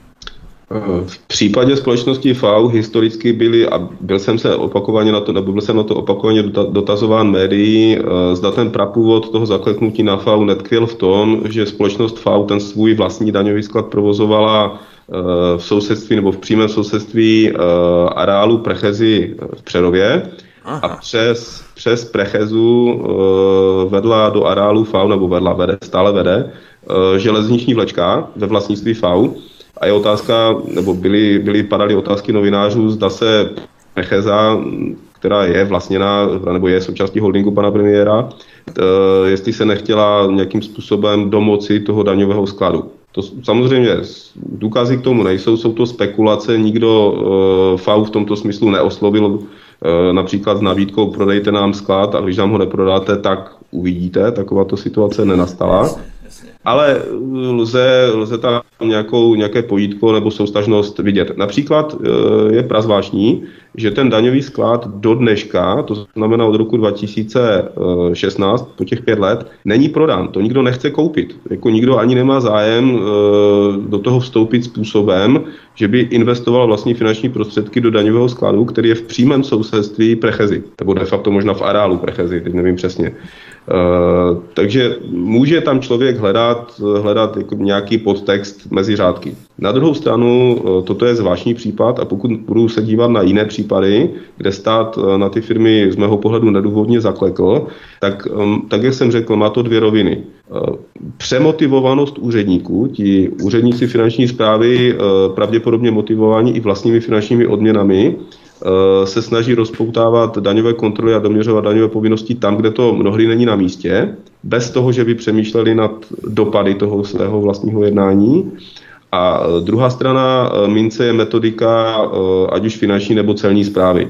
V případě společnosti F A U historicky byly, a byl jsem se opakovaně na to, nebo byl jsem na to opakovaně dotazován médií, zda ten prapůvod toho zakleknutí na F A U netkvěl v tom, že společnost F A U ten svůj vlastní daňový sklad provozovala v sousedství nebo v přímém sousedství areálu Prechezy v Přerově. Aha. A přes, přes Prechezu uh, vedla do areálu F A U, nebo vedla, vede, stále vede, uh, železniční vlečka ve vlastnictví F A U. A je otázka, nebo byly, byly padaly otázky novinářů, zda se Precheza, která je vlastněná, nebo je součástí holdingu pana premiéra, uh, jestli se nechtěla nějakým způsobem domoci toho daňového skladu. To samozřejmě důkazy k tomu nejsou, jsou to spekulace, nikdo uh, F A U v tomto smyslu neoslovil například s nabídkou prodejte nám sklad a když nám ho neprodáte, tak uvidíte, takováto situace nenastala. Ale lze, lze tam nějakou, nějaké pojítko nebo soustažnost vidět. Například je prazvláštní, že ten daňový sklad do dneška, to znamená od roku dva tisíce šestnáct, po těch pět let, není prodán. To nikdo nechce koupit. Jako nikdo ani nemá zájem do toho vstoupit způsobem, že by investoval vlastní finanční prostředky do daňového skladu, který je v přímém sousedství Prechezy. Nebo de facto možná v areálu Prechezy, teď nevím přesně. Uh, takže může tam člověk hledat, hledat jako nějaký podtext mezi řádky. Na druhou stranu, uh, toto je zvláštní případ a pokud budu se dívat na jiné případy, kde stát uh, na ty firmy z mého pohledu nedůvodně zaklekl, tak, um, tak jak jsem řekl, má to dvě roviny. Uh, přemotivovanost úředníků, ti úředníci finanční správy uh, pravděpodobně motivováni i vlastními finančními odměnami, se snaží rozpoutávat daňové kontroly a doměřovat daňové povinnosti tam, kde to mnohdy není na místě, bez toho, že by přemýšleli nad dopady toho svého vlastního jednání. A druhá strana mince je metodika ať už finanční nebo celní správy.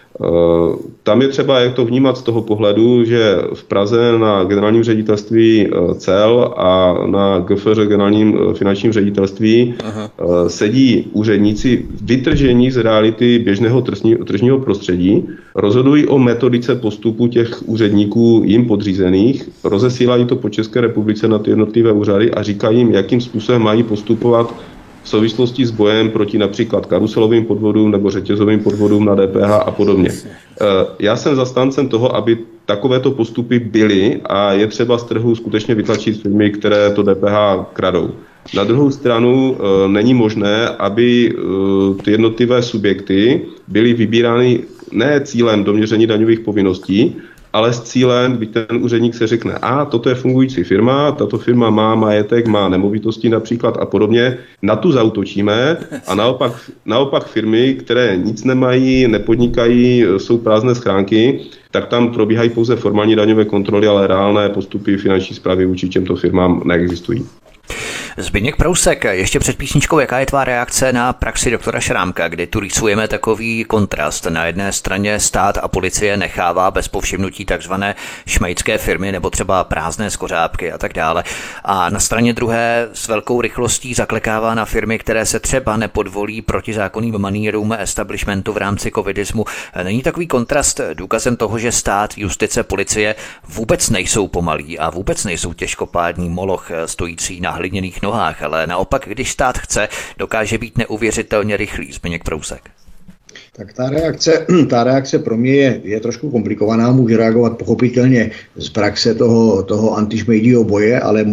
Tam je třeba jak to vnímat z toho pohledu, že v Praze na generálním ředitelství cel a na G F R generálním finančním ředitelství Aha. sedí úředníci vytržení z reality běžného tržní, tržního prostředí, rozhodují o metodice postupu těch úředníků jim podřízených, rozesílají to po České republice na ty jednotlivé úřady a říkají jim, jakým způsobem mají postupovat v souvislosti s bojem proti například karuselovým podvodům nebo řetězovým podvodům na D P H a podobně. Já jsem zastáncem toho, aby takovéto postupy byly a je třeba z trhu skutečně vytlačit firmy, které to D P H kradou. Na druhou stranu není možné, aby ty jednotlivé subjekty byly vybírány ne cílem doměření daňových povinností, ale s cílem, kdy ten úředník se řekne, a toto je fungující firma, tato firma má majetek, má nemovitosti například a podobně, na tu zaútočíme a naopak, naopak firmy, které nic nemají, nepodnikají, jsou prázdné schránky, tak tam probíhají pouze formální daňové kontroly, ale reálné postupy finanční správy vůči těmto firmám neexistují. Zbyněk Prousek, ještě před písničkou, jaká je tvá reakce na praxi doktora Šrámka, kdy tu rýsujeme takový kontrast. Na jedné straně stát a policie nechává bez povšimnutí takzvané šmejdské firmy nebo třeba prázdné skořápky a tak dále. A na straně druhé s velkou rychlostí zaklekává na firmy, které se třeba nepodvolí protizákonným manýrům establishmentu v rámci covidismu. Není takový kontrast důkazem toho, že stát, justice, policie vůbec nejsou pomalí a vůbec nejsou těžkopádní moloch stojící na hliněných nohách, ale naopak, když stát chce, dokáže být neuvěřitelně rychlý. Zbyněk Prousek. Tak ta reakce, ta reakce pro mě je, je trošku komplikovaná, může reagovat pochopitelně z praxe toho, toho antišmejdího boje, ale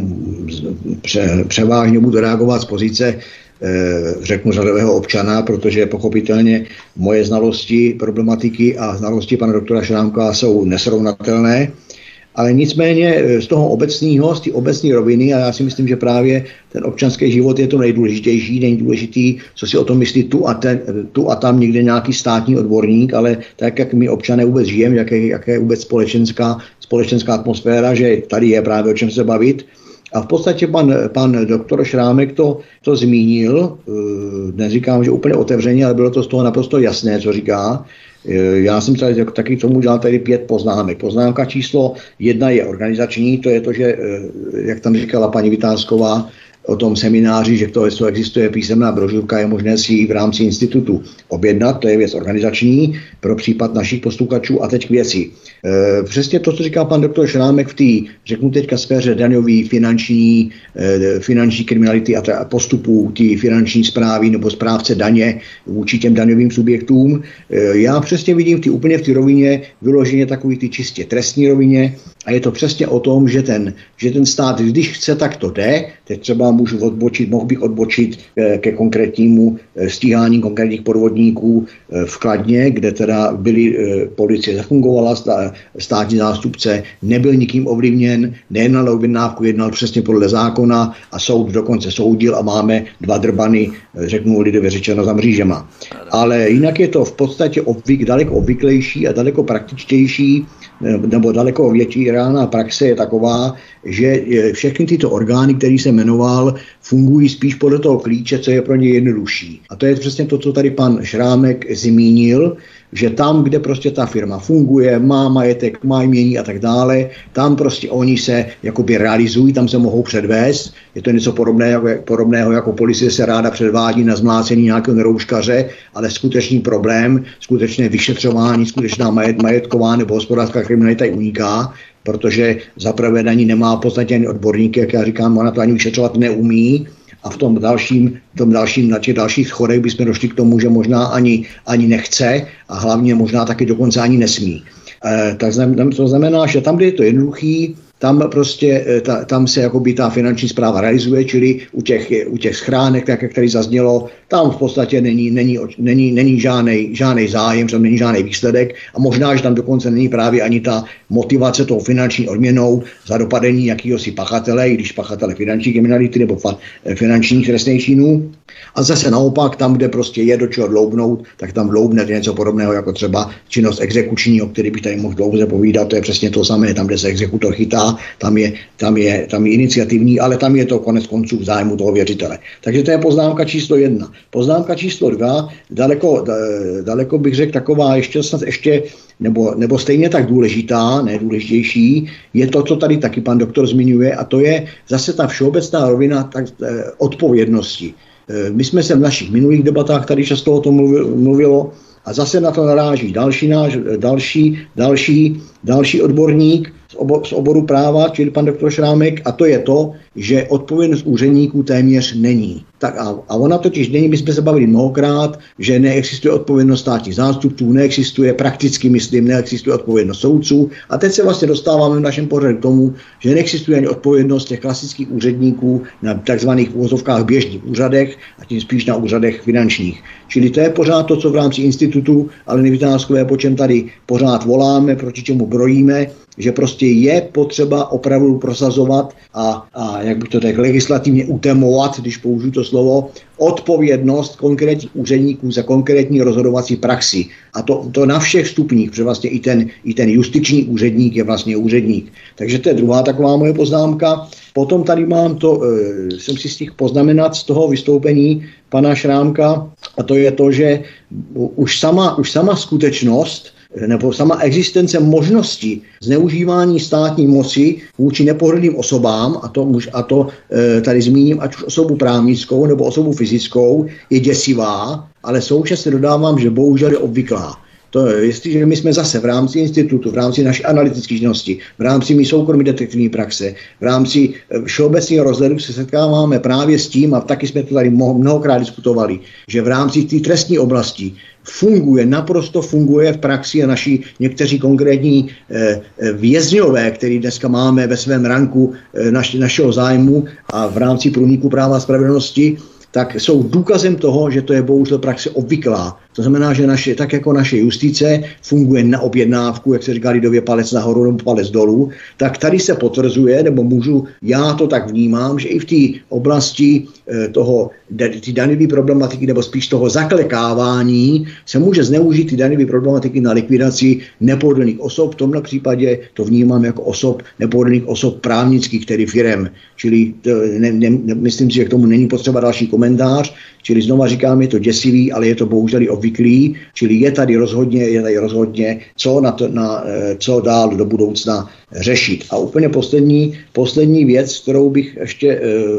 pře, převážně budu reagovat z pozice řeknu řadového občana, protože pochopitelně moje znalosti problematiky a znalosti pana doktora Šrámka jsou nesrovnatelné. Ale nicméně z toho obecného, z té obecné roviny, a já si myslím, že právě ten občanský život je to nejdůležitější, není důležitý, co si o tom myslí tu a, ten, tu a tam někde nějaký státní odborník, ale tak, jak my občané vůbec žijeme, jaké, jaké je vůbec společenská, společenská atmosféra, že tady je právě o čem se bavit. A v podstatě pan, pan doktor Šrámek to, to zmínil, neříkám, že úplně otevřeně, ale bylo to z toho naprosto jasné, co říká. Já jsem tady taky tomu dělal tady pět poznámek. Poznámka číslo jedna je organizační, to je to, že, jak tam říkala paní Vitánsková o tom semináři, že to, co existuje písemná brožurka, je možné si ji v rámci institutu objednat, to je věc organizační pro případ našich posluchačů. A teď k věci. E, přesně to, co říká pan doktor Šrámek v té, řeknu teďka, sféře daňový, finanční, e, finanční kriminality a, a postupů té finanční správy nebo správce daně vůči těm daňovým subjektům. E, já přesně vidím v té úplně v té rovině vyloženě takový ty čistě trestní rovině a je to přesně o tom, že ten, že ten stát, když chce, tak to jde. Teď třeba můžu odbočit, mohl bych odbočit ke konkrétnímu stíhání konkrétních podvodníků v Kladně, kde teda byly, policie zafungovala, státní zástupce nebyl nikým ovlivněn, nejednal o objednávku, jednal přesně podle zákona a soud dokonce soudil a máme dva drbany, řeknu lidově řečeno, za mřížema. Ale jinak je to v podstatě obvyk, daleko obvyklejší a daleko praktičtější, nebo daleko větší reálná praxe je taková, že všechny tyto orgány, které se jmenoval, fungují spíš podle toho klíče, co je pro ně jednodušší. A to je přesně to, co tady pan Šrámek zmínil. že tam, kde prostě ta firma funguje, má majetek, má jmění a tak dále, tam prostě oni se jakoby realizují, tam se mohou předvést. Je to něco podobného, podobného jako policie se ráda předvádí na zmlácení nějakého nerouškaře, ale skutečný problém, skutečné vyšetřování, skutečná majet, majetková nebo hospodářská kriminalita uniká, protože zaprvé na ní nemá v podstatě ani odborníky, jak já říkám, ona to ani vyšetřovat neumí. A v tom dalším, v tom dalším, na těch dalších schodech bychom došli k tomu, že možná ani, ani nechce a hlavně možná taky dokonce ani nesmí. E, tak to znamená, že tam, kde je to jednoduchý, tam prostě, ta, tam se jakoby ta finanční správa realizuje, čili u těch, u těch schránek, tak jak tady zaznělo, tam v podstatě není, není, není, není žádnej, žádnej zájem, tam není žádný výsledek a možná, že tam dokonce není právě ani ta motivace toho finanční odměnou za dopadení jakýhosi pachatele, i když pachatele finanční kriminality nebo fa, finančních trestných činů. A zase naopak, tam, kde prostě je do čeho dloubnout, tak tam dloubne něco podobného jako třeba činnost exekuční, o který bych tady mohl dlouze povídat, to je přesně to samé, tam, kde se exekutor chytá, tam je, tam je, tam je iniciativní, ale tam je to konec konců v zájmu toho věřitele. Takže to je poznámka číslo jedna. Poznámka číslo dva, daleko, daleko bych řekl taková ještě snad ještě, nebo, nebo stejně tak důležitá, nejdůležitější, je to, co tady taky pan doktor zmiňuje, a to je zase ta všeobecná rovina tak, eh, odpovědnosti. Eh, my jsme se v našich minulých debatách tady často o tom mluvilo, a zase na to naráží další, náš, další, další, další odborník z, obo, z oboru práva, čili pan doktor Šrámek, a to je to, že odpovědnost úředníků téměř není. Tak a, a ona totiž není, my jsme se bavili mnohokrát, že neexistuje odpovědnost státních zástupců, neexistuje prakticky, myslím, neexistuje odpovědnost soudců. A teď se vlastně dostáváme v našem pořadu k tomu, že neexistuje ani odpovědnost těch klasických úředníků na takzvaných úvozovkách běžných úřadech a tím spíš na úřadech finančních. Čili to je pořád to, co v rámci institutu Aleny Vitáskové, po čem tady pořád voláme, proti čemu brojíme, že prostě je potřeba opravdu prosazovat a, a jak bych to řekl, legislativně utemovat, když použiju to slovo, odpovědnost konkrétních úředníků za konkrétní rozhodovací praxi. A to, to na všech stupních, protože vlastně i ten, i ten justiční úředník je vlastně úředník. Takže to je druhá taková moje poznámka. Potom tady mám to, e, jsem si stihl poznamenat z toho vystoupení pana Šrámka, a to je to, že už sama, už sama skutečnost nebo sama existence možnosti zneužívání státní moci vůči nepohodlným osobám, a to, a to e, tady zmíním, ať už osobu právnickou nebo osobu fyzickou, je děsivá, ale současně dodávám, že bohužel je obvyklá. To je, jestliže my jsme zase v rámci institutu, v rámci naší analytické činnosti, v rámci mý soukromí detektivní praxe, v rámci všeobecného rozhledu se setkáváme právě s tím, a taky jsme to tady mnohokrát diskutovali, že v rámci té trestní oblasti funguje, naprosto funguje v praxi a naši někteří konkrétní eh, vězňové, který dneska máme ve svém ranku eh, naš, našeho zájmu a v rámci průniku práva a spravedlnosti, tak jsou důkazem toho, že to je bohužel praxe obvyklá. To znamená, že naše, tak jako naše justice funguje na objednávku, jak se říká lidově, palec nahoru nebo palec dolů, tak tady se potvrzuje, nebo můžu, já to tak vnímám, že i v té oblasti e, toho, ty daňové problematiky, nebo spíš toho zaklekávání, se může zneužít ty daňové problematiky na likvidaci nepohodlných osob. V tomhle případě to vnímám jako osob, nepohodlných osob právnických, tedy firem. Čili to, ne, ne, myslím si, že k tomu není potřeba další komentář. Čili znova říkám, je to děsivý, ale je to bohužel obvyklý, čili je tady rozhodně, je tady rozhodně, co, na to, na, co dál do budoucna řešit. A úplně poslední, poslední věc, kterou bych ještě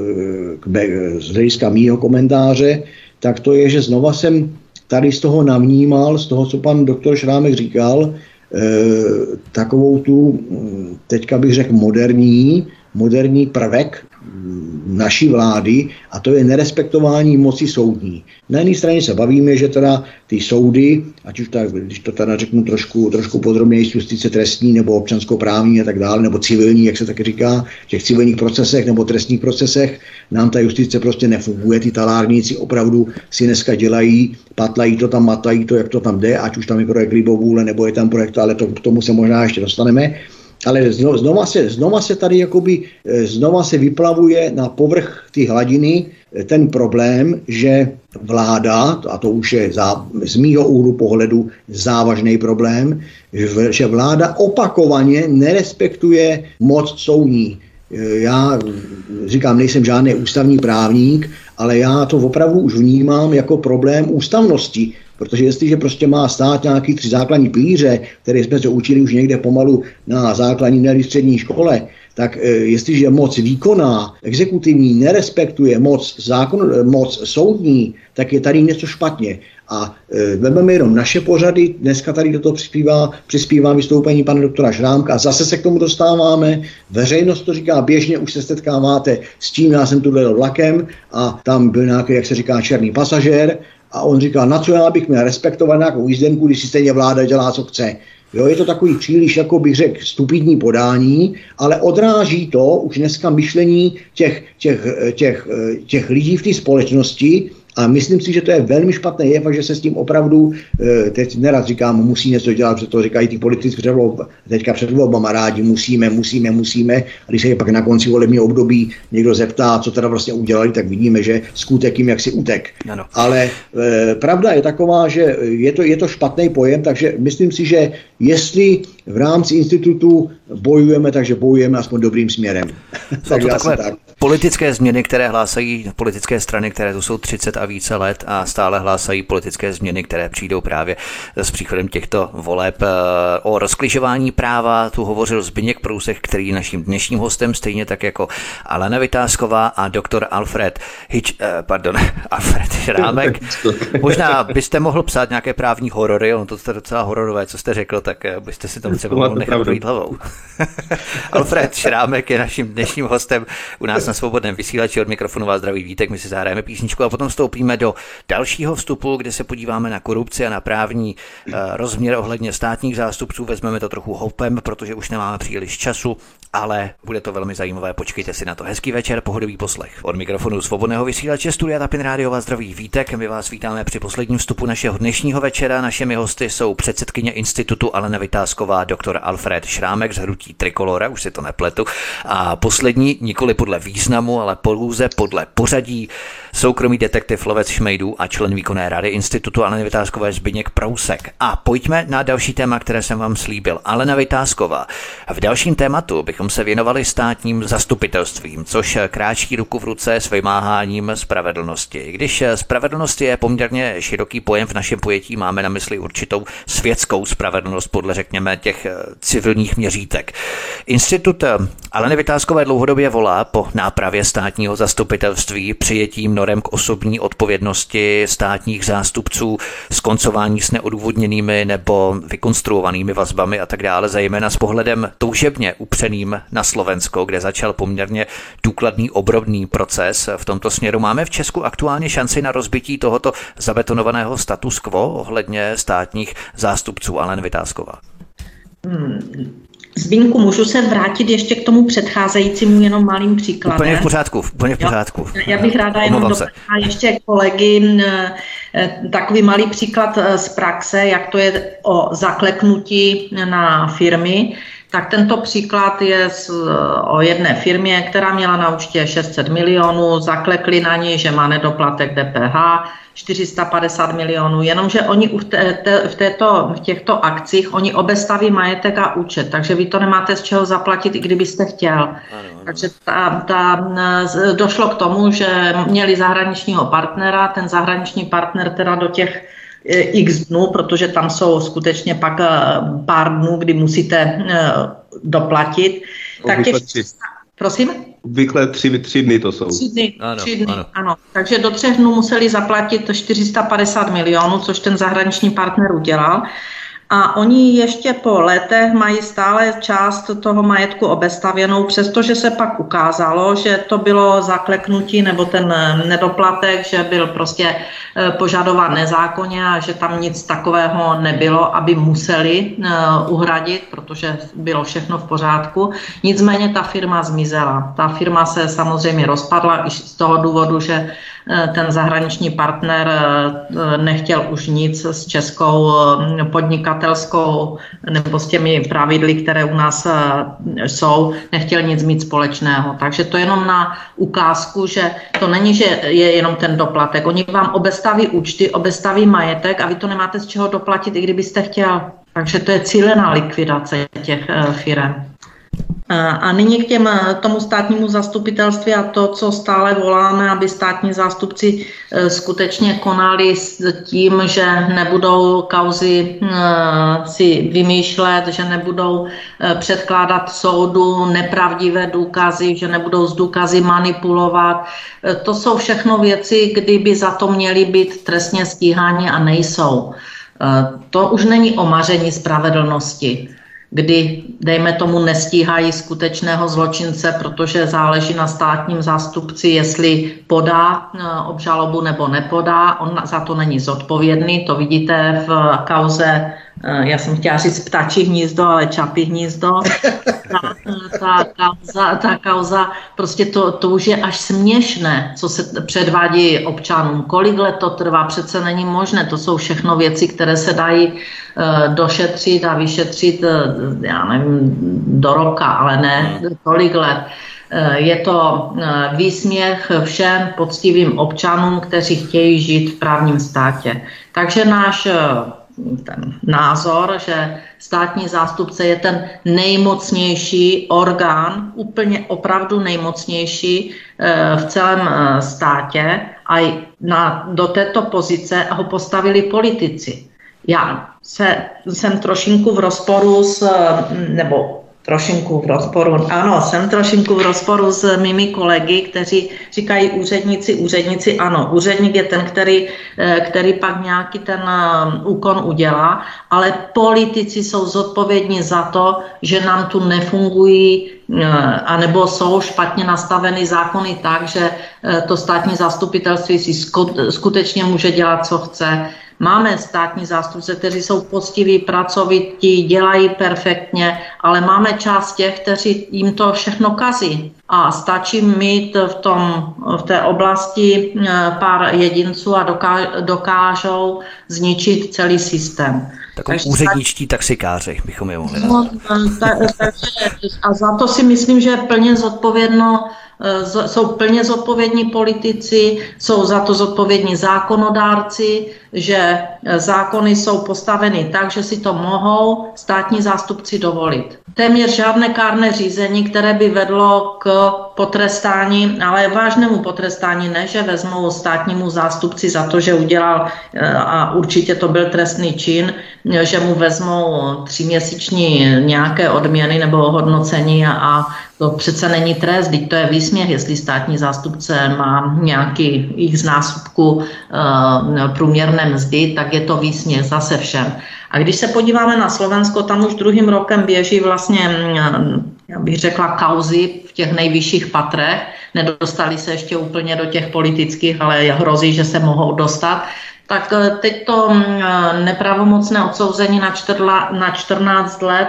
z hlediska mýho komentáře, tak to je, že znova jsem tady z toho navnímal, z toho, co pan doktor Šrámek říkal, takovou tu, teďka bych řekl, moderní, moderní prvek naší vlády, a to je nerespektování moci soudní. Na jedné straně se bavíme, že teda ty soudy, ať už tak, když to teda řeknu trošku, trošku podrobněji, justice trestní nebo občanskoprávní a tak dále, nebo civilní, jak se taky říká, v těch civilních procesech nebo trestních procesech, nám ta justice prostě nefunguje. Ty talárníci opravdu si dneska dělají, patlají to tam, matají to, jak to tam jde, ať už tam je projekt libovůle, nebo je tam projekt, ale to, k tomu se možná ještě dostaneme. Ale znova se, znova se tady jakoby, znova se vyplavuje na povrch ty hladiny ten problém, že vláda, a to už je zá, z mýho úhlu pohledu závažný problém, že vláda opakovaně nerespektuje moc soudní. Já říkám, nejsem žádný ústavní právník, ale já to opravdu už vnímám jako problém ústavnosti, Protože jestliže prostě má stát nějaký tři základní pilíře, které jsme se učili už někde pomalu na základní nebo střední škole, tak e, jestliže moc výkonná, exekutivní nerespektuje moc, zákon, moc soudní, tak je tady něco špatně. A e, vezmeme jenom naše pořady, dneska tady do toho přispívá, přispívá vystoupení pana doktora Šrámka a zase se k tomu dostáváme. Veřejnost to říká běžně, už se setkáváte s tím, já jsem tu dojel vlakem a tam byl nějaký, jak se říká, černý pasažér a on říká, na co já bych měl respektovat nějakou jízdenku, když si stejně vláda dělá, co chce. Jo, je to takový příliš, jako bych řekl, stupidní podání, ale odráží to už dneska myšlení těch, těch, těch, těch lidí v té společnosti a myslím si, že to je velmi špatné jev a že se s tím opravdu, teď nerad říkám, musí něco dělat, protože to říkají ty politici před volbama, teďka před volbama rádi, musíme, musíme, musíme. A když se je pak na konci volebního období někdo zeptá, co teda vlastně udělali, tak vidíme, že skutek jim jaksi utek. Ano. Ale e, pravda je taková, že je to, je to špatný pojem, takže myslím si, že jestli v rámci institutu bojujeme, takže bojujeme aspoň dobrým směrem. Jsou to takové tak. Politické změny, které hlásají politické strany, které tu jsou třicet a více let a stále hlásají politické změny, které přijdou právě s příchodem těchto voleb. O rozkližování práva tu hovořil Zbyněk Prousek, který je naším dnešním hostem, stejně tak jako Alena Vytázková a doktor Alfred Hitch, pardon, Alfred Šrámek. Možná byste mohl psát nějaké právní horory, ono to je docela hororové, co jste řekl, tak byste si to třeba mohl nechat projít hlavou. Alfred Šrámek je naším dnešním hostem u nás na Svobodném vysílači. Od mikrofonu vás zdraví Vítek, my si zahrajeme písničku a potom vstoupíme do dalšího vstupu, kde se podíváme na korupci a na právní uh, rozměr ohledně státních zástupců. Vezmeme to trochu hopem, protože už nemáme příliš času, ale bude to velmi zajímavé. Počkejte si na to. Hezký večer, pohodový poslech. Od mikrofonu Svobodného vysílače Studia Tapin Rádio vás zdraví Vítek. My vás vítáme při posledním vstupu našeho dnešního večera. Našimi hosty jsou předsedkyně institutu Alena Vytázková, doktor Alfred Šrámek z hnutí Trikolora, už si to nepletu, a poslední, nikoli podle významu, ale pouze podle pořadí, soukromý detektiv lovec šmejdů a člen výkonné rady institutu Aleny Vytázkové Zbyněk Prousek. A pojďme na další téma, které jsem vám slíbil. Alena Vytázková. V dalším tématu bychom se věnovali státním zastupitelstvím, což kráčí ruku v ruce s vymáháním spravedlnosti. Když spravedlnost je poměrně široký pojem v našem pojetí, máme na mysli určitou světskou spravedlnost podle, řekněme, těch civilních měřítek. Institut Aleny Vytázkové dlouhodobě volá po nápravě státního zastupitelství, přijetím norem k osobní odpovědnosti státních zástupců, skoncování s neodůvodněnými nebo vykonstruovanými vazbami a tak dále, zejména s pohledem toužebně upřeným na Slovensko, kde začal poměrně důkladný obrovný proces. V tomto směru máme v Česku aktuálně šanci na rozbití tohoto zabetonovaného status quo ohledně státních zástupců. Alena Vytázková. Hmm. Zbyňku, můžu se vrátit ještě k tomu předcházejícímu jenom malým příkladem. Úplně v pořádku, úplně v pořádku. Jo, já bych ráda jenom doplnila ještě kolegy takový malý příklad z praxe, jak to je o zakleknutí na firmy. Tak tento příklad je z, o jedné firmě, která měla na účtě šest set milionů, zaklekli na ní, že má nedoplatek D P H, čtyři sta padesát milionů, jenomže oni v, té, té, v, této, v těchto akcích oni obestaví majetek a účet, takže vy to nemáte z čeho zaplatit, i kdybyste chtěl. Ano, ano. Takže ta, ta, došlo k tomu, že měli zahraničního partnera, ten zahraniční partner teda do těch x dnů, protože tam jsou skutečně pak pár dnů, kdy musíte doplatit. Tak těch, prosím? Obvykle tři, tři dny to jsou. Tři dny, ano, tři dny ano. ano. Takže do třech dnů museli zaplatit čtyři sta padesát milionů, což ten zahraniční partner udělal. A oni ještě po letech mají stále část toho majetku obestavěnou, přestože se pak ukázalo, že to bylo zakleknutí nebo ten nedoplatek, že byl prostě požadován nezákonně a že tam nic takového nebylo, aby museli uhradit, protože bylo všechno v pořádku. Nicméně ta firma zmizela. Ta firma se samozřejmě rozpadla i z toho důvodu, že ten zahraniční partner nechtěl už nic s českou podnikatelskou nebo s těmi pravidly, které u nás jsou, nechtěl nic mít společného. Takže to je jenom na ukázku, že to není, že je jenom ten doplatek. Oni vám obestaví účty, obestaví majetek a vy to nemáte z čeho doplatit, i kdybyste chtěl. Takže to je cílená likvidace těch firem. A nyní k těm, tomu státnímu zastupitelství a to, co stále voláme, aby státní zástupci skutečně konali s tím, že nebudou kauzy si vymýšlet, že nebudou předkládat soudu nepravdivé důkazy, že nebudou s důkazy manipulovat. To jsou všechno věci, kdyby za to měly být trestně stíháni a nejsou. To už není o maření spravedlnosti, kdy, dejme tomu, nestíhají skutečného zločince, protože záleží na státním zástupci, jestli podá obžalobu nebo nepodá. On za to není zodpovědný, to vidíte v kauze, já jsem chtěla říct ptačí hnízdo, ale čapí hnízdo. Ta, ta, kauza, ta kauza, prostě to, to už je až směšné, co se předvádí občanům. Kolik let to trvá, přece není možné. To jsou všechno věci, které se dají uh, došetřit a vyšetřit, uh, já nevím, do roka, ale ne tolik let. Uh, je to uh, výsměch všem poctivým občanům, kteří chtějí žít v právním státě. Takže náš uh, ten názor, že státní zástupce je ten nejmocnější orgán, úplně opravdu nejmocnější v celém státě a na, do této pozice ho postavili politici. Já se, jsem trošinku v rozporu s, nebo trošinku v rozporu, ano, jsem trošinku v rozporu s mými kolegy, kteří říkají úředníci, úředníci, ano, úředník je ten, který, který pak nějaký ten úkon udělá, ale politici jsou zodpovědní za to, že nám tu nefungují anebo jsou špatně nastaveny zákony tak, že to státní zastupitelství si skutečně může dělat, co chce. Máme státní zástupce, kteří jsou poctiví, pracovití, dělají perfektně, ale máme část těch, kteří jim to všechno kazí. A stačí mít v, tom, v té oblasti pár jedinců a dokážou zničit celý systém. Takový úředničtí taxikáři bychom je mohli no, ta, ta, A za to si myslím, že je plně zodpovědno, jsou plně zodpovědní politici, jsou za to zodpovědní zákonodárci, že zákony jsou postaveny tak, že si to mohou státní zástupci dovolit. Téměř žádné kárné řízení, které by vedlo k potrestání, ale vážnému potrestání, ne, že vezmou státnímu zástupci za to, že udělal, a určitě to byl trestný čin, že mu vezmou tříměsíční nějaké odměny nebo hodnocení a, a to přece není trest, teď to je výsměch, jestli státní zástupce má nějaký jich znásobku uh, průměrné mzdy, tak je to výsměch zase všem. A když se podíváme na Slovensko, tam už druhým rokem běží vlastně, já bych řekla, kauzy v těch nejvyšších patrech. Nedostali se ještě úplně do těch politických, ale hrozí, že se mohou dostat. Tak teď to nepravomocné odsouzení na, čtrla, na čtrnáct let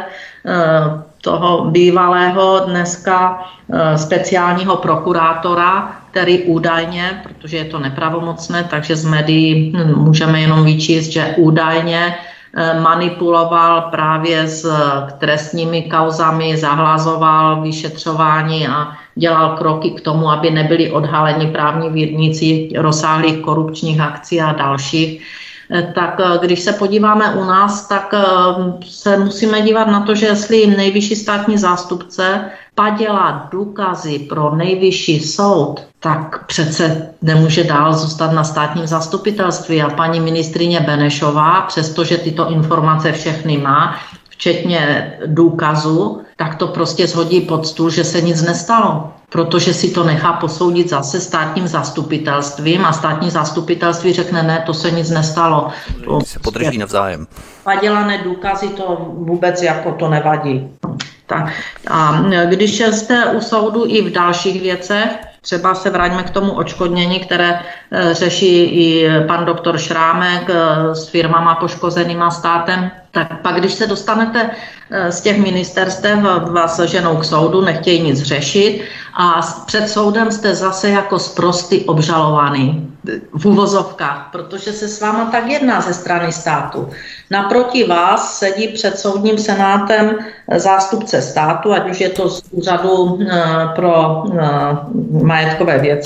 toho bývalého dneska speciálního prokurátora, který údajně, protože je to nepravomocné, takže z médií můžeme jenom vyčíst, že údajně manipuloval právě s trestními kauzami, zahlazoval vyšetřování a dělal kroky k tomu, aby nebyli odhaleni právní viníci rozsáhlých korupčních akcí a dalších. Tak když se podíváme u nás, tak se musíme dívat na to, že jestli nejvyšší státní zástupce padělá důkazy pro nejvyšší soud, tak přece nemůže dál zůstat na státním zastupitelství. A paní ministryně Benešová, přestože tyto informace všechny má, včetně důkazu, tak to prostě shodí pod stůl, že se nic nestalo. Protože si to nechá posoudit zase státním zastupitelstvím a státní zastupitelství řekne, ne, to se nic nestalo. To se podrží navzájem. Padělané důkazy to vůbec jako to nevadí. Tak. A když jste u soudu i v dalších věcech, třeba se vraťme k tomu odškodnění, které řeší i pan doktor Šrámek s firmama poškozenýma státem, tak pak, když se dostanete z těch ministerstev, vás ženou k soudu, nechtějí nic řešit a před soudem jste zase jako sprostý obžalovaný v uvozovkách, protože se s váma tak jedná ze strany státu. Naproti vás sedí před soudním senátem zástupce státu, ať už je to z úřadu pro majetkové věci,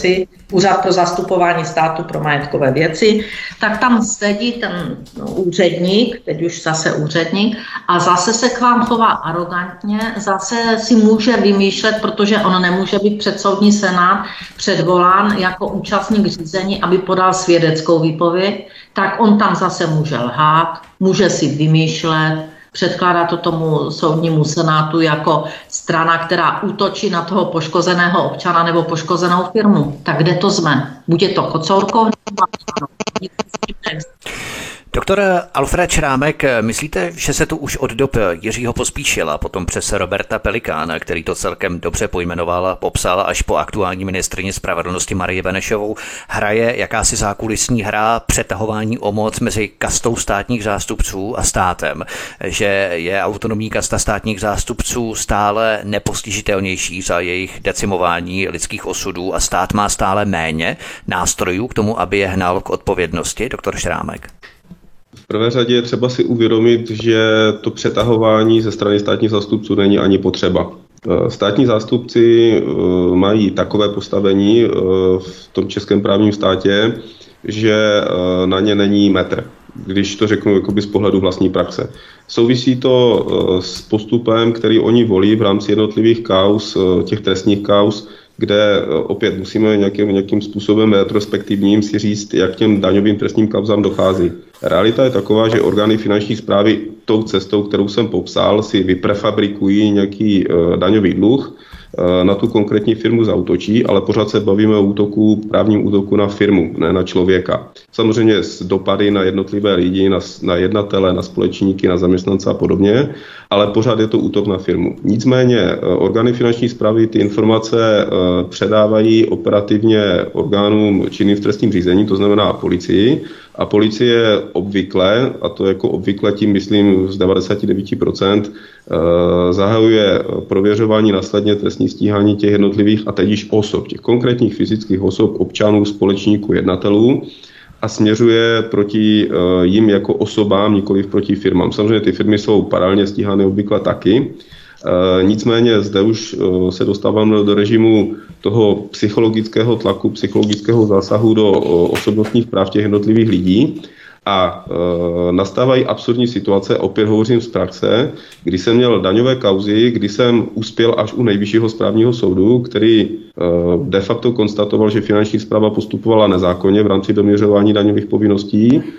Úřad pro zastupování státu pro majetkové věci, tak tam sedí ten úředník, teď už zase úředník, a zase se k vám chová arrogantně, zase si může vymýšlet, protože on nemůže být před soudní senát předvolán jako účastník řízení, aby podal svědeckou výpověď, tak on tam zase může lhát, může si vymýšlet, předkládá to tomu soudnímu senátu jako strana, která útočí na toho poškozeného občana nebo poškozenou firmu. Tak kde to jsme? Buď je to Kocourkov, Doktor Alfred Šrámek, myslíte, že se tu už od dob Jiřího Pospíšila, potom přes Roberta Pelikána, který to celkem dobře pojmenoval a popsal, až po aktuální ministryni spravedlnosti Marii Benešovou, hraje jakási zákulisní hra přetahování o moc mezi kastou státních zástupců a státem, že je autonomní kasta státních zástupců stále nepostižitelnější za jejich decimování lidských osudů a stát má stále méně nástrojů k tomu, aby je hnal k odpovědnosti, doktor Šrámek? V prvé řadě je třeba si uvědomit, že to přetahování ze strany státních zástupců není ani potřeba. Státní zástupci mají takové postavení v tom českém právním státě, že na ně není metr, když to řeknu jakoby z pohledu vlastní praxe. Souvisí to s postupem, který oni volí v rámci jednotlivých kauz, těch trestních kauz, kde opět musíme nějakým, nějakým způsobem retrospektivním si říct, jak těm daňovým trestním kauzám dochází. Realita je taková, že orgány finanční správy tou cestou, kterou jsem popsal, si vyprefabrikují nějaký uh, daňový dluh, uh, na tu konkrétní firmu zaútočí, ale pořád se bavíme o útoku, právním útoku na firmu, ne na člověka. Samozřejmě s dopady na jednotlivé lidi, na, na jednatele, na společníky, na zaměstnance a podobně, ale pořád je to útok na firmu. Nicméně uh, orgány finanční správy ty informace uh, předávají operativně orgánům činným v trestním řízení, to znamená policii, a policie obvykle, a to jako obvykle tím myslím z devadesát devět procent, eh, zahajuje prověřování následně trestní stíhání těch jednotlivých a teď již osob, těch konkrétních fyzických osob, občanů, společníků, jednatelů a směřuje proti eh, jim jako osobám, nikoliv proti firmám. Samozřejmě ty firmy jsou paralelně stíhány obvykle taky. E, nicméně zde už e, se dostáváme do režimu toho psychologického tlaku, psychologického zásahu do o, osobnostních práv těch jednotlivých lidí a e, nastávají absurdní situace, opět hovořím z praxe, kdy jsem měl daňové kauzy, kdy jsem uspěl až u nejvyššího správního soudu, který e, de facto konstatoval, že finanční správa postupovala nezákonně v rámci doměřování daňových povinností, e,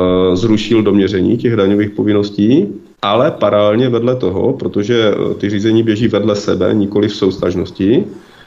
zrušil doměření těch daňových povinností, ale paralelně vedle toho, protože ty řízení běží vedle sebe, nikoli v souvztažnosti,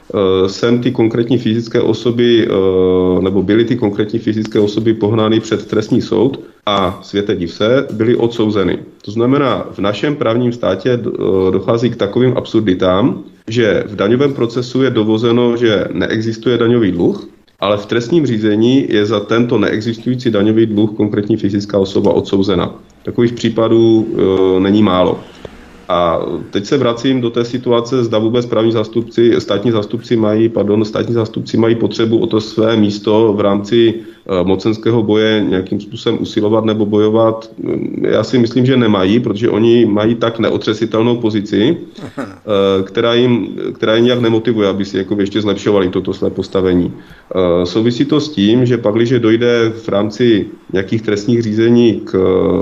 jsem ty konkrétní fyzické osoby, nebo byly ty konkrétní fyzické osoby pohnány před trestní soud a světe div se, byly odsouzeny. To znamená, v našem právním státě dochází k takovým absurditám, že v daňovém procesu je dovozeno, že neexistuje daňový dluh, ale v trestním řízení je za tento neexistující daňový dluh konkrétní fyzická osoba odsouzena. Takových případů e, není málo. A teď se vracím do té situace, zda vůbec právní zástupci, státní zástupci mají, pardon, státní zástupci mají potřebu o to své místo v rámci e, mocenského boje nějakým způsobem usilovat nebo bojovat. Já si myslím, že nemají, protože oni mají tak neotřesitelnou pozici, e, která jim, která jim nějak nemotivuje, aby si jako ještě zlepšovali toto své postavení. E, souvisí to s tím, že pakliže dojde v rámci nějakých trestních řízení k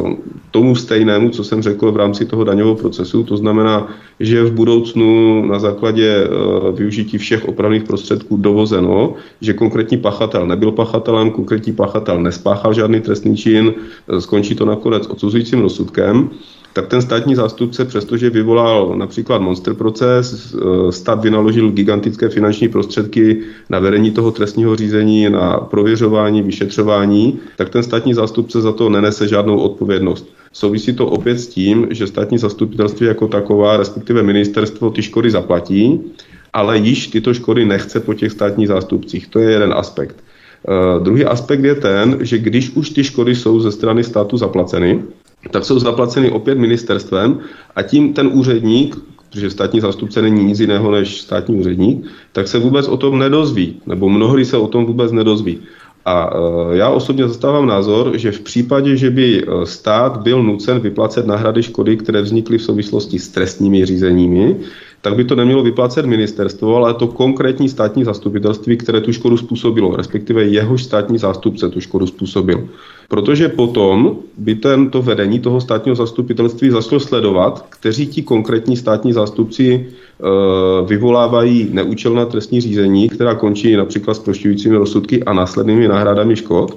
tomu stejnému, co jsem řekl v rámci toho daňového procesu, to znamená, že v budoucnu na základě uh, využití všech opravných prostředků dovozeno, že konkrétní pachatel nebyl pachatelem, konkrétní pachatel nespáchal žádný trestný čin, skončí to nakonec odsuzujícím rozsudkem, tak ten státní zástupce, přestože vyvolal například monster proces, stát vynaložil gigantické finanční prostředky na vedení toho trestního řízení, na prověřování, vyšetřování, tak ten státní zástupce za to nenese žádnou odpovědnost. Souvisí to opět s tím, že státní zastupitelství jako taková, respektive ministerstvo, ty škody zaplatí, ale již tyto škody nechce po těch státních zástupcích. To je jeden aspekt. Uh, druhý aspekt je ten, že když už ty škody jsou ze strany státu zaplaceny, tak jsou zaplaceny opět ministerstvem a tím ten úředník, protože státní zástupce není nic jiného než státní úředník, tak se vůbec o tom nedozví, nebo mnohdy se o tom vůbec nedozví. A e, já osobně zastávám názor, že v případě, že by stát byl nucen vyplácet náhrady škody, které vznikly v souvislosti s trestními řízeními, tak by to nemělo vyplácet ministerstvo, ale to konkrétní státní zastupitelství, které tu škodu způsobilo, respektive jehož státní zástupce tu škodu způsobil. Protože potom by tento vedení toho státního zastupitelství začalo sledovat, kteří ti konkrétní státní zástupci e, vyvolávají neúčelná trestní řízení, která končí například zprošťujícími rozsudky a následnými náhradami škod.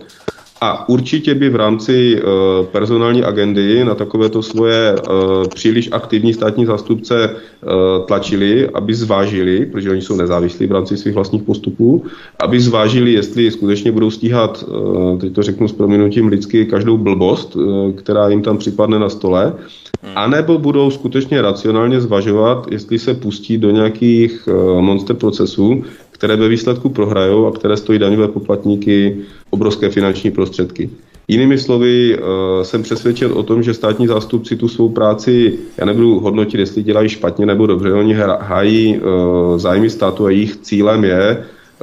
A určitě by v rámci e, personální agendy na takovéto svoje e, příliš aktivní státní zástupce e, tlačili, aby zvážili, protože oni jsou nezávislí v rámci svých vlastních postupů, aby zvážili, jestli skutečně budou stíhat, e, teď to řeknu s prominutím lidsky, každou blbost, e, která jim tam připadne na stole, anebo budou skutečně racionálně zvažovat, jestli se pustí do nějakých e, monster procesů, které ve výsledku prohrajou a které stojí daňové poplatníky obrovské finanční prostředky. Jinými slovy, jsem přesvědčen o tom, že státní zástupci tu svou práci, já nebudu hodnotit, jestli dělají špatně nebo dobře, oni hájí zájmy státu a jejich cílem je,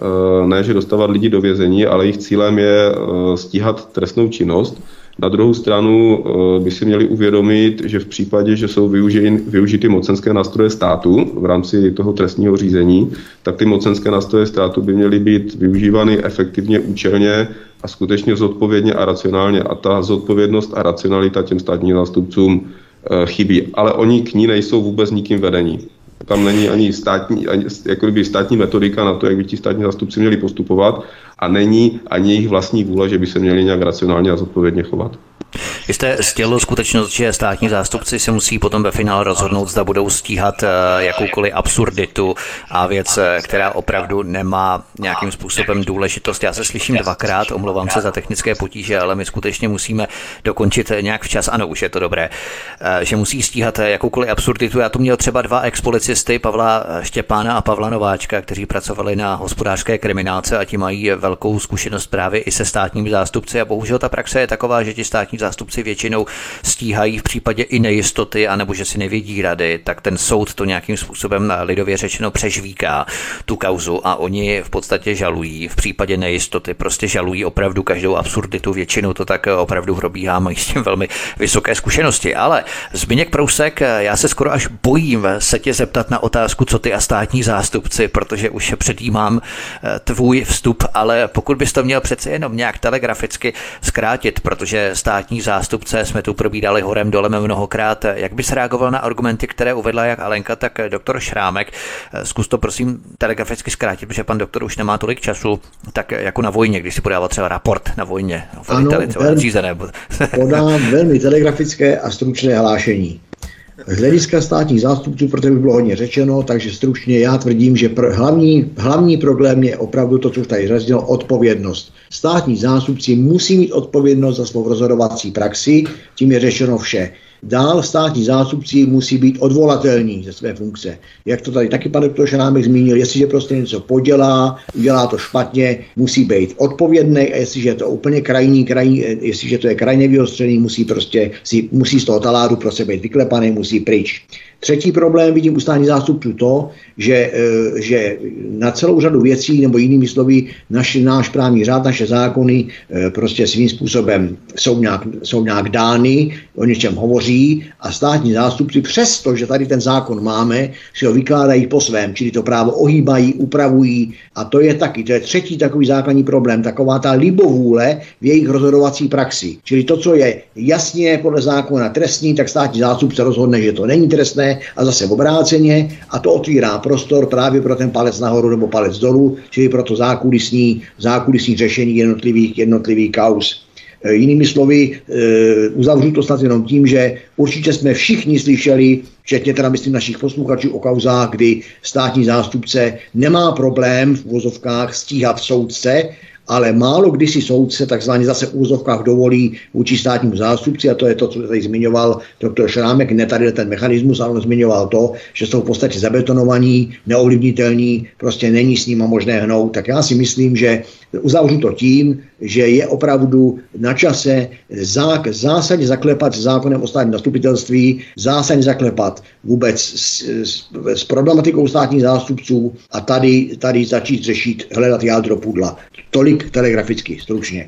ne že dostávat lidi do vězení, ale jejich cílem je stíhat trestnou činnost. Na druhou stranu by si měli uvědomit, že v případě, že jsou využity mocenské nástroje státu v rámci toho trestního řízení, tak ty mocenské nástroje státu by měly být využívány efektivně, účelně a skutečně zodpovědně a racionálně. A ta zodpovědnost a racionalita těm státním zástupcům chybí. Ale oni k ní nejsou vůbec nikým vedení. Tam není ani státní, ani, jako by státní metodika na to, jak by ti státní zástupci měli postupovat a není ani jejich vlastní vůle, že by se měli nějak racionálně a zodpovědně chovat. Vy jste sdělil skutečnost, že státní zástupci se musí potom ve finále rozhodnout, zda budou stíhat jakoukoliv absurditu a věc, která opravdu nemá nějakým způsobem důležitost. Já se slyším dvakrát, omlouvám se za technické potíže, ale my skutečně musíme dokončit nějak včas. Ano, už je to dobré, že musí stíhat jakoukoliv absurditu. Já tu měl třeba dva expolicisty, Pavla Štěpána a Pavla Nováčka, kteří pracovali na hospodářské kriminálce a ti mají velkou zkušenost právě i se státními zástupci a bohužel ta praxe je taková, že ti státní zástupci většinou stíhají v případě i nejistoty, anebo že si nevědí rady, tak ten soud to nějakým způsobem lidově řečeno přežvíká tu kauzu a oni v podstatě žalují. V případě nejistoty prostě žalují opravdu každou absurditu, většinou to tak opravdu probíhá, mají s tím velmi vysoké zkušenosti. Ale Zbyněk Prousek, já se skoro až bojím se tě zeptat na otázku, co ty a státní zástupci, protože už předjímám tvůj vstup, ale pokud bys to měl přece jenom nějak telegraficky zkrátit, protože státní zástupce jsme tu probídali horem dolem mnohokrát. Jak bys reagoval na argumenty, které uvedla jak Alenka, tak doktor Šrámek? Zkus to prosím telegraficky zkrátit, protože pan doktor už nemá tolik času, tak jako na vojně, když si podával třeba raport na vojně. Ano, velmi, podám velmi telegrafické a stručné hlášení. Z hlediska státních zástupců, protože by bylo hodně řečeno, takže stručně já tvrdím, že pr- hlavní, hlavní problém je opravdu to, co už tady zaznělo, odpovědnost. Státní zástupci musí mít odpovědnost za svou rozhodovací praxi, tím je řešeno vše. Dál státní zástupci musí být odvolatelní ze své funkce. Jak to tady taky pan doktor Šrámek zmínil, jestliže prostě něco podělá, udělá to špatně, musí být odpovědný a jestliže je to úplně krajní, krajní jestliže to je krajně vyostřený, musí prostě si, musí z toho taláru prostě být vyklepaný, musí pryč. Třetí problém vidím u státních zástupců to, že, že na celou řadu věcí, nebo jinými slovy, naš, náš právní řád, naše zákony prostě svým způsobem jsou nějak, jsou nějak dány, o něčem hovoří a státní zástupci přesto, že tady ten zákon máme, si ho vykládají po svém, čili to právo ohýbají, upravují a to je taky, to je třetí takový základní problém, taková ta libovůle v jejich rozhodovací praxi. Čili to, co je jasně podle zákona trestní, tak státní zástupce rozhodne, že to není trestné, a zase obráceně a to otvírá prostor právě pro ten palec nahoru nebo palec dolů, čili pro to zákulisní, zákulisní řešení jednotlivých, jednotlivých kauz. E, jinými slovy, e, uzavřu to snad jenom tím, že určitě jsme všichni slyšeli, včetně teda myslím našich posluchačů o kauzách, kdy státní zástupce nemá problém v uvozovkách stíhat soudce, ale málo kdy si soudce takzvaně zase v úzovkách dovolí vůči státnímu zástupci a to je to, co tady zmiňoval doktor Šrámek, ne tady ten mechanismus, ale on zmiňoval to, že jsou v podstatě zabetonovaní, neovlivnitelní, prostě není s nima možné hnout. Tak já si myslím, že uzavřu to tím, že je opravdu na čase zák, zásadně zaklepat s zákonem o státním zastupitelství, zásadně zaklepat vůbec s, s, s problematikou státních zástupců a tady, tady začít řešit, hledat jádro pudla. Tolik telegraficky, stručně.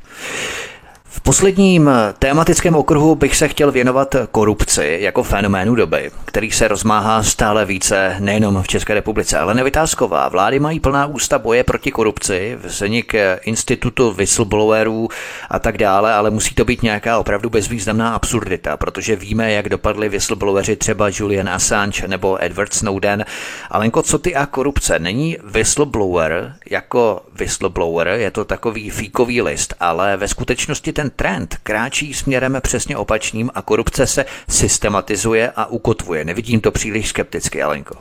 V posledním tématickém okruhu bych se chtěl věnovat korupci jako fenoménu doby, který se rozmáhá stále více nejenom v České republice. Ale Vitásková, vlády mají plná ústa boje proti korupci, vznik institutu whistleblowerů a tak dále, ale musí to být nějaká opravdu bezvýznamná absurdita, protože víme, jak dopadli whistlebloweri třeba Julian Assange nebo Edward Snowden. Alenko, co ty a korupce? Není whistleblower jako whistleblower, je to takový fíkový list, ale ve skutečnosti ten trend kráčí směrem přesně opačným a korupce se systematizuje a ukotvuje. Nevidím to příliš skepticky, Alenko.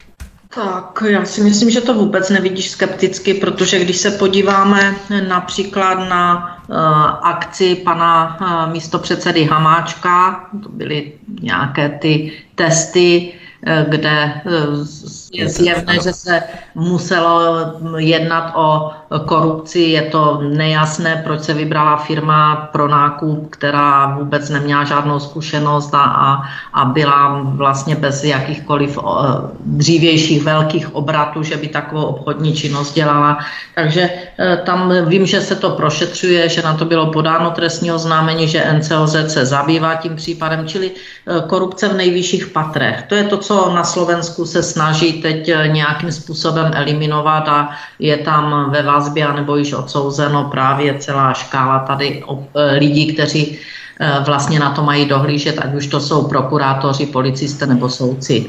Tak, já si myslím, že to vůbec nevidíš skepticky, protože když se podíváme například na uh, akci pana uh, místopředsedy Hamáčka, to byly nějaké ty testy, kde je zjevné, že se muselo jednat o korupci. Je to nejasné, proč se vybrala firma pro nákup, která vůbec neměla žádnou zkušenost a, a, a byla vlastně bez jakýchkoliv dřívějších velkých obratů, že by takovou obchodní činnost dělala. Takže tam vím, že se to prošetřuje, že na to bylo podáno trestní oznámení, že N C O Z se zabývá tím případem, čili korupce v nejvyšších patrech. To je to, co na Slovensku se snaží teď nějakým způsobem eliminovat a je tam ve vazbě nebo již odsouzeno právě celá škála tady lidí, kteří vlastně na to mají dohlížet, ať už to jsou prokurátoři, policisté nebo soudci.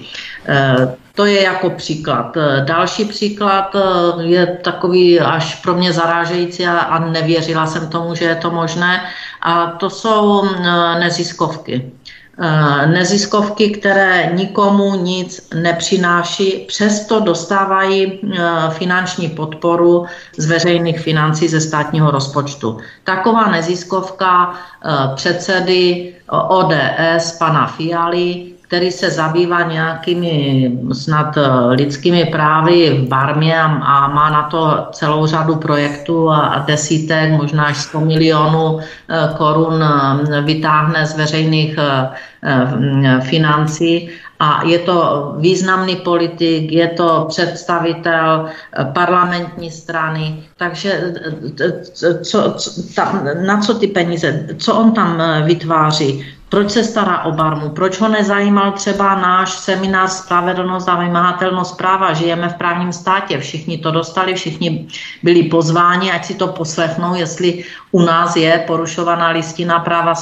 To je jako příklad. Další příklad je takový až pro mě zarážející a nevěřila jsem tomu, že je to možné, a to jsou neziskovky. Neziskovky, které nikomu nic nepřináší, přesto dostávají finanční podporu z veřejných financí ze státního rozpočtu. Taková neziskovka předsedy O D S, pana Fialy, který se zabývá nějakými snad lidskými právy v Barmě a má na to celou řadu projektů a desítek, možná až sto milionů korun vytáhne z veřejných financí. A je to významný politik, je to představitel parlamentní strany, takže co, co, tam, na co ty peníze, co on tam vytváří? Proč se stará o Barmu? Proč ho nezajímal třeba náš seminář Spravedlnost a vymahatelnost práva? Žijeme v právním státě, všichni to dostali, všichni byli pozváni, ať si to poslechnou, jestli u nás je porušovaná listina práva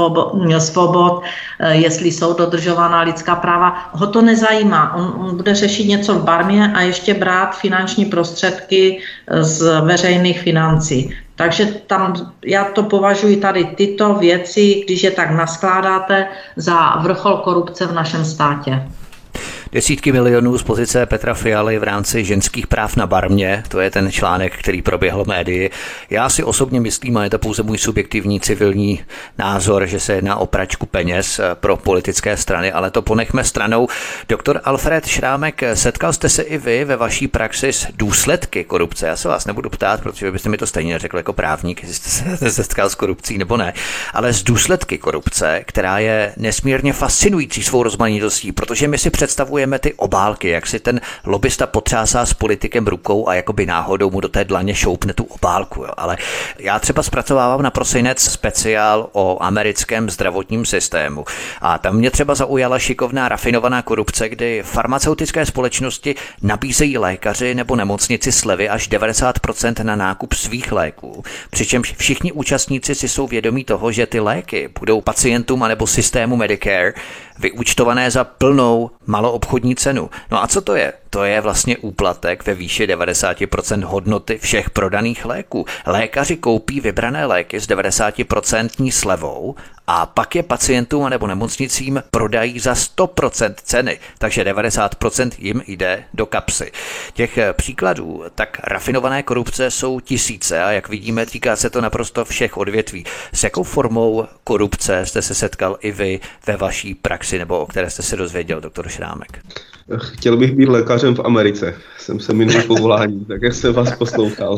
svobod, jestli jsou dodržována lidská práva. Ho to nezajímá. On, on bude řešit něco v Barmě a ještě brát finanční prostředky z veřejných financí. Takže tam já to považuji tady tyto věci, když je tak naskládáte, za vrchol korupce v našem státě. Desítky milionů z pozice Petra Fialy v rámci ženských práv na Barmě, to je ten článek, který proběhl médii. Já si osobně myslím, a je to pouze můj subjektivní civilní názor, že se jedná o pračku peněz pro politické strany, ale to ponechme stranou. Doktor Alfred Šrámek, setkal jste se i vy ve vaší praxi s důsledky korupce? Já se vás nebudu ptát, protože byste mi to stejně řekl jako právník, jestli jste se setkal s korupcí nebo ne, ale s důsledky korupce, která je nesmírně fascinující svou rozmanitostí, protože my si představujeme ty obálky, jak si ten lobista potřásá s politikem rukou a jakoby náhodou mu do té dlaně šoupne tu obálku. Jo. Ale já třeba zpracovávám na Prosinec speciál o americkém zdravotním systému a tam mě třeba zaujala šikovná rafinovaná korupce, kdy farmaceutické společnosti nabízejí lékaři nebo nemocnici slevy až devadesát procent na nákup svých léků. Přičemž všichni účastníci si jsou vědomí toho, že ty léky budou pacientům anebo systému Medicare vyúčtované za plnou maloobchodní cenu. No a co to je? To je vlastně úplatek ve výši devadesát procent hodnoty všech prodaných léků. Lékaři koupí vybrané léky s devadesát procent slevou a pak je pacientům nebo nemocnicím prodají za sto procent ceny, takže devadesát procent jim jde do kapsy. Těch příkladů tak rafinované korupce jsou tisíce a jak vidíme, týká se to naprosto všech odvětví. S jakou formou korupce jste se setkal i vy ve vaší praxi, nebo o které jste se dozvěděl, doktor Šrámek? Chtěl bych být lékařem v Americe. Jsem se minulý povolání, tak jak jsem vás poslouchal.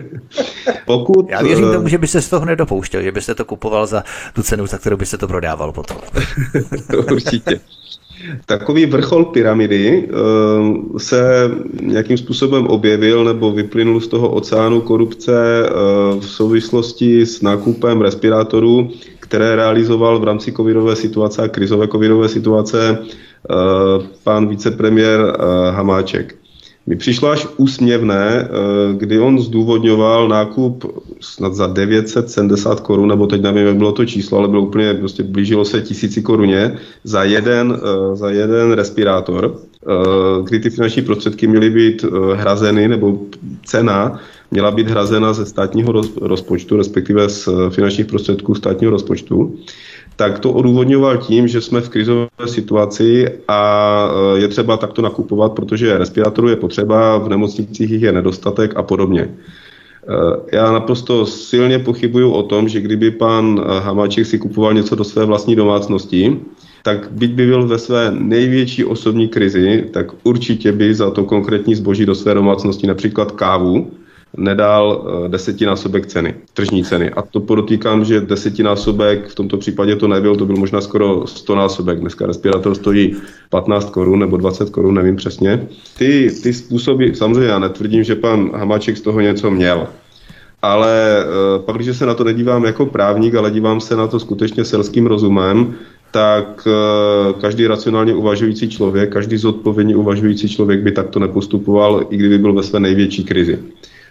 Pokud, Já věřím tomu, že byste z toho nedopouštěl, že byste to kupoval za tu cenu, za kterou byste to prodával potom. Určitě. Takový vrchol pyramidy uh, se nějakým způsobem objevil nebo vyplynul z toho oceánu korupce uh, v souvislosti s nákupem respirátorů, které realizoval v rámci covidové situace a krizové covidové situace pan vicepremiér Hamáček. Mi přišlo až úsměvné, kdy on zdůvodňoval nákup snad za devět set sedmdesát korun, nebo teď nevím, jak bylo to číslo, ale bylo úplně, prostě blížilo se tisíci koruně za jeden, za jeden respirátor, kdy ty finanční prostředky měly být hrazeny, nebo cena měla být hrazena ze státního rozpočtu, respektive z finančních prostředků státního rozpočtu. Tak to odůvodňoval tím, že jsme v krizové situaci a je třeba takto nakupovat, protože respirátorů je potřeba, v nemocnicích jich je nedostatek a podobně. Já naprosto silně pochybuju o tom, že kdyby pan Hamáček si kupoval něco do své vlastní domácnosti, tak byť by byl ve své největší osobní krizi, tak určitě by za to konkrétní zboží do své domácnosti, například kávu, nedal desetinásobek ceny, tržní ceny. A to podotýkám, že desetinásobek, v tomto případě to nebyl, to byl možná skoro stonásobek. Dneska respirátor stojí patnáct korun nebo dvacet korun, nevím přesně. Ty, ty způsoby, samozřejmě já netvrdím, že pan Hamáček z toho něco měl. Ale pak, když se na to nedívám jako právník, ale dívám se na to skutečně selským rozumem, tak každý racionálně uvažující člověk, každý zodpovědně uvažující člověk by takto nepostupoval, i kdyby byl ve své největší krizi.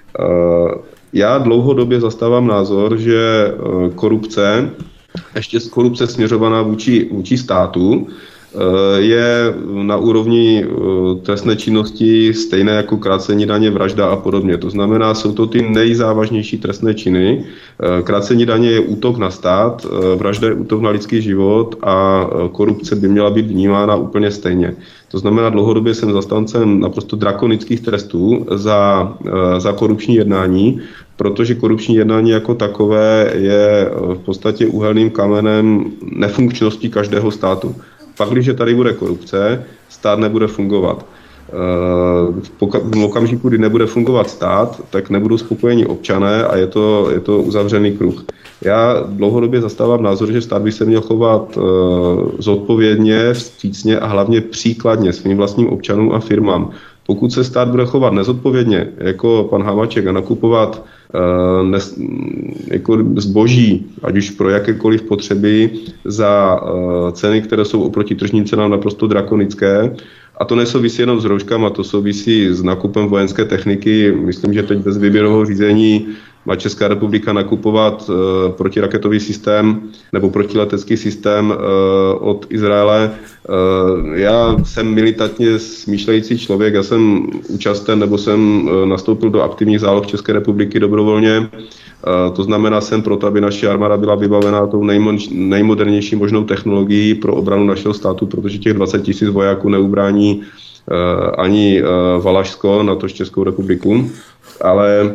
Já dlouhodobě zastávám názor, že korupce, ještě korupce směřovaná vůči, vůči státu, je na úrovni trestné činnosti stejné jako krácení daně, vražda a podobně. To znamená, jsou to ty nejzávažnější trestné činy. Krácení daně je útok na stát, vražda je útok na lidský život a korupce by měla být vnímána úplně stejně. To znamená, dlouhodobě jsem zastáncem naprosto drakonických trestů za, za korupční jednání, protože korupční jednání jako takové je v podstatě úhelným kamenem nefunkčnosti každého státu. Pak, když tady bude korupce, stát nebude fungovat. V okamžiku, kdy nebude fungovat stát, tak nebudou spokojení občané a je to, je to uzavřený kruh. Já dlouhodobě zastávám názor, že stát by se měl chovat zodpovědně, vstřícně a hlavně příkladně svým vlastním občanům a firmám. Pokud se stát bude chovat nezodpovědně, jako pan Hamáček, a nakupovat uh, nes, jako zboží, ať už pro jakékoliv potřeby, za uh, ceny, které jsou oproti tržním cenám naprosto drakonické, a to nesouvisí jenom s rouškama, to souvisí s nákupem vojenské techniky. Myslím, že teď bez výběrového řízení má Česká republika nakupovat uh, protiraketový systém nebo protiletecký systém uh, od Izraele. Uh, já jsem militantně smýšlející člověk, já jsem účasten nebo jsem uh, nastoupil do aktivních záloh České republiky dobrovolně. Uh, to znamená, jsem proto, aby naše armáda byla vybavená tou nejmo- nejmodernější možnou technologií pro obranu našeho státu, protože těch dvacet tisíc vojáků neubrání uh, ani uh, Valašsko, natož Českou republiku, ale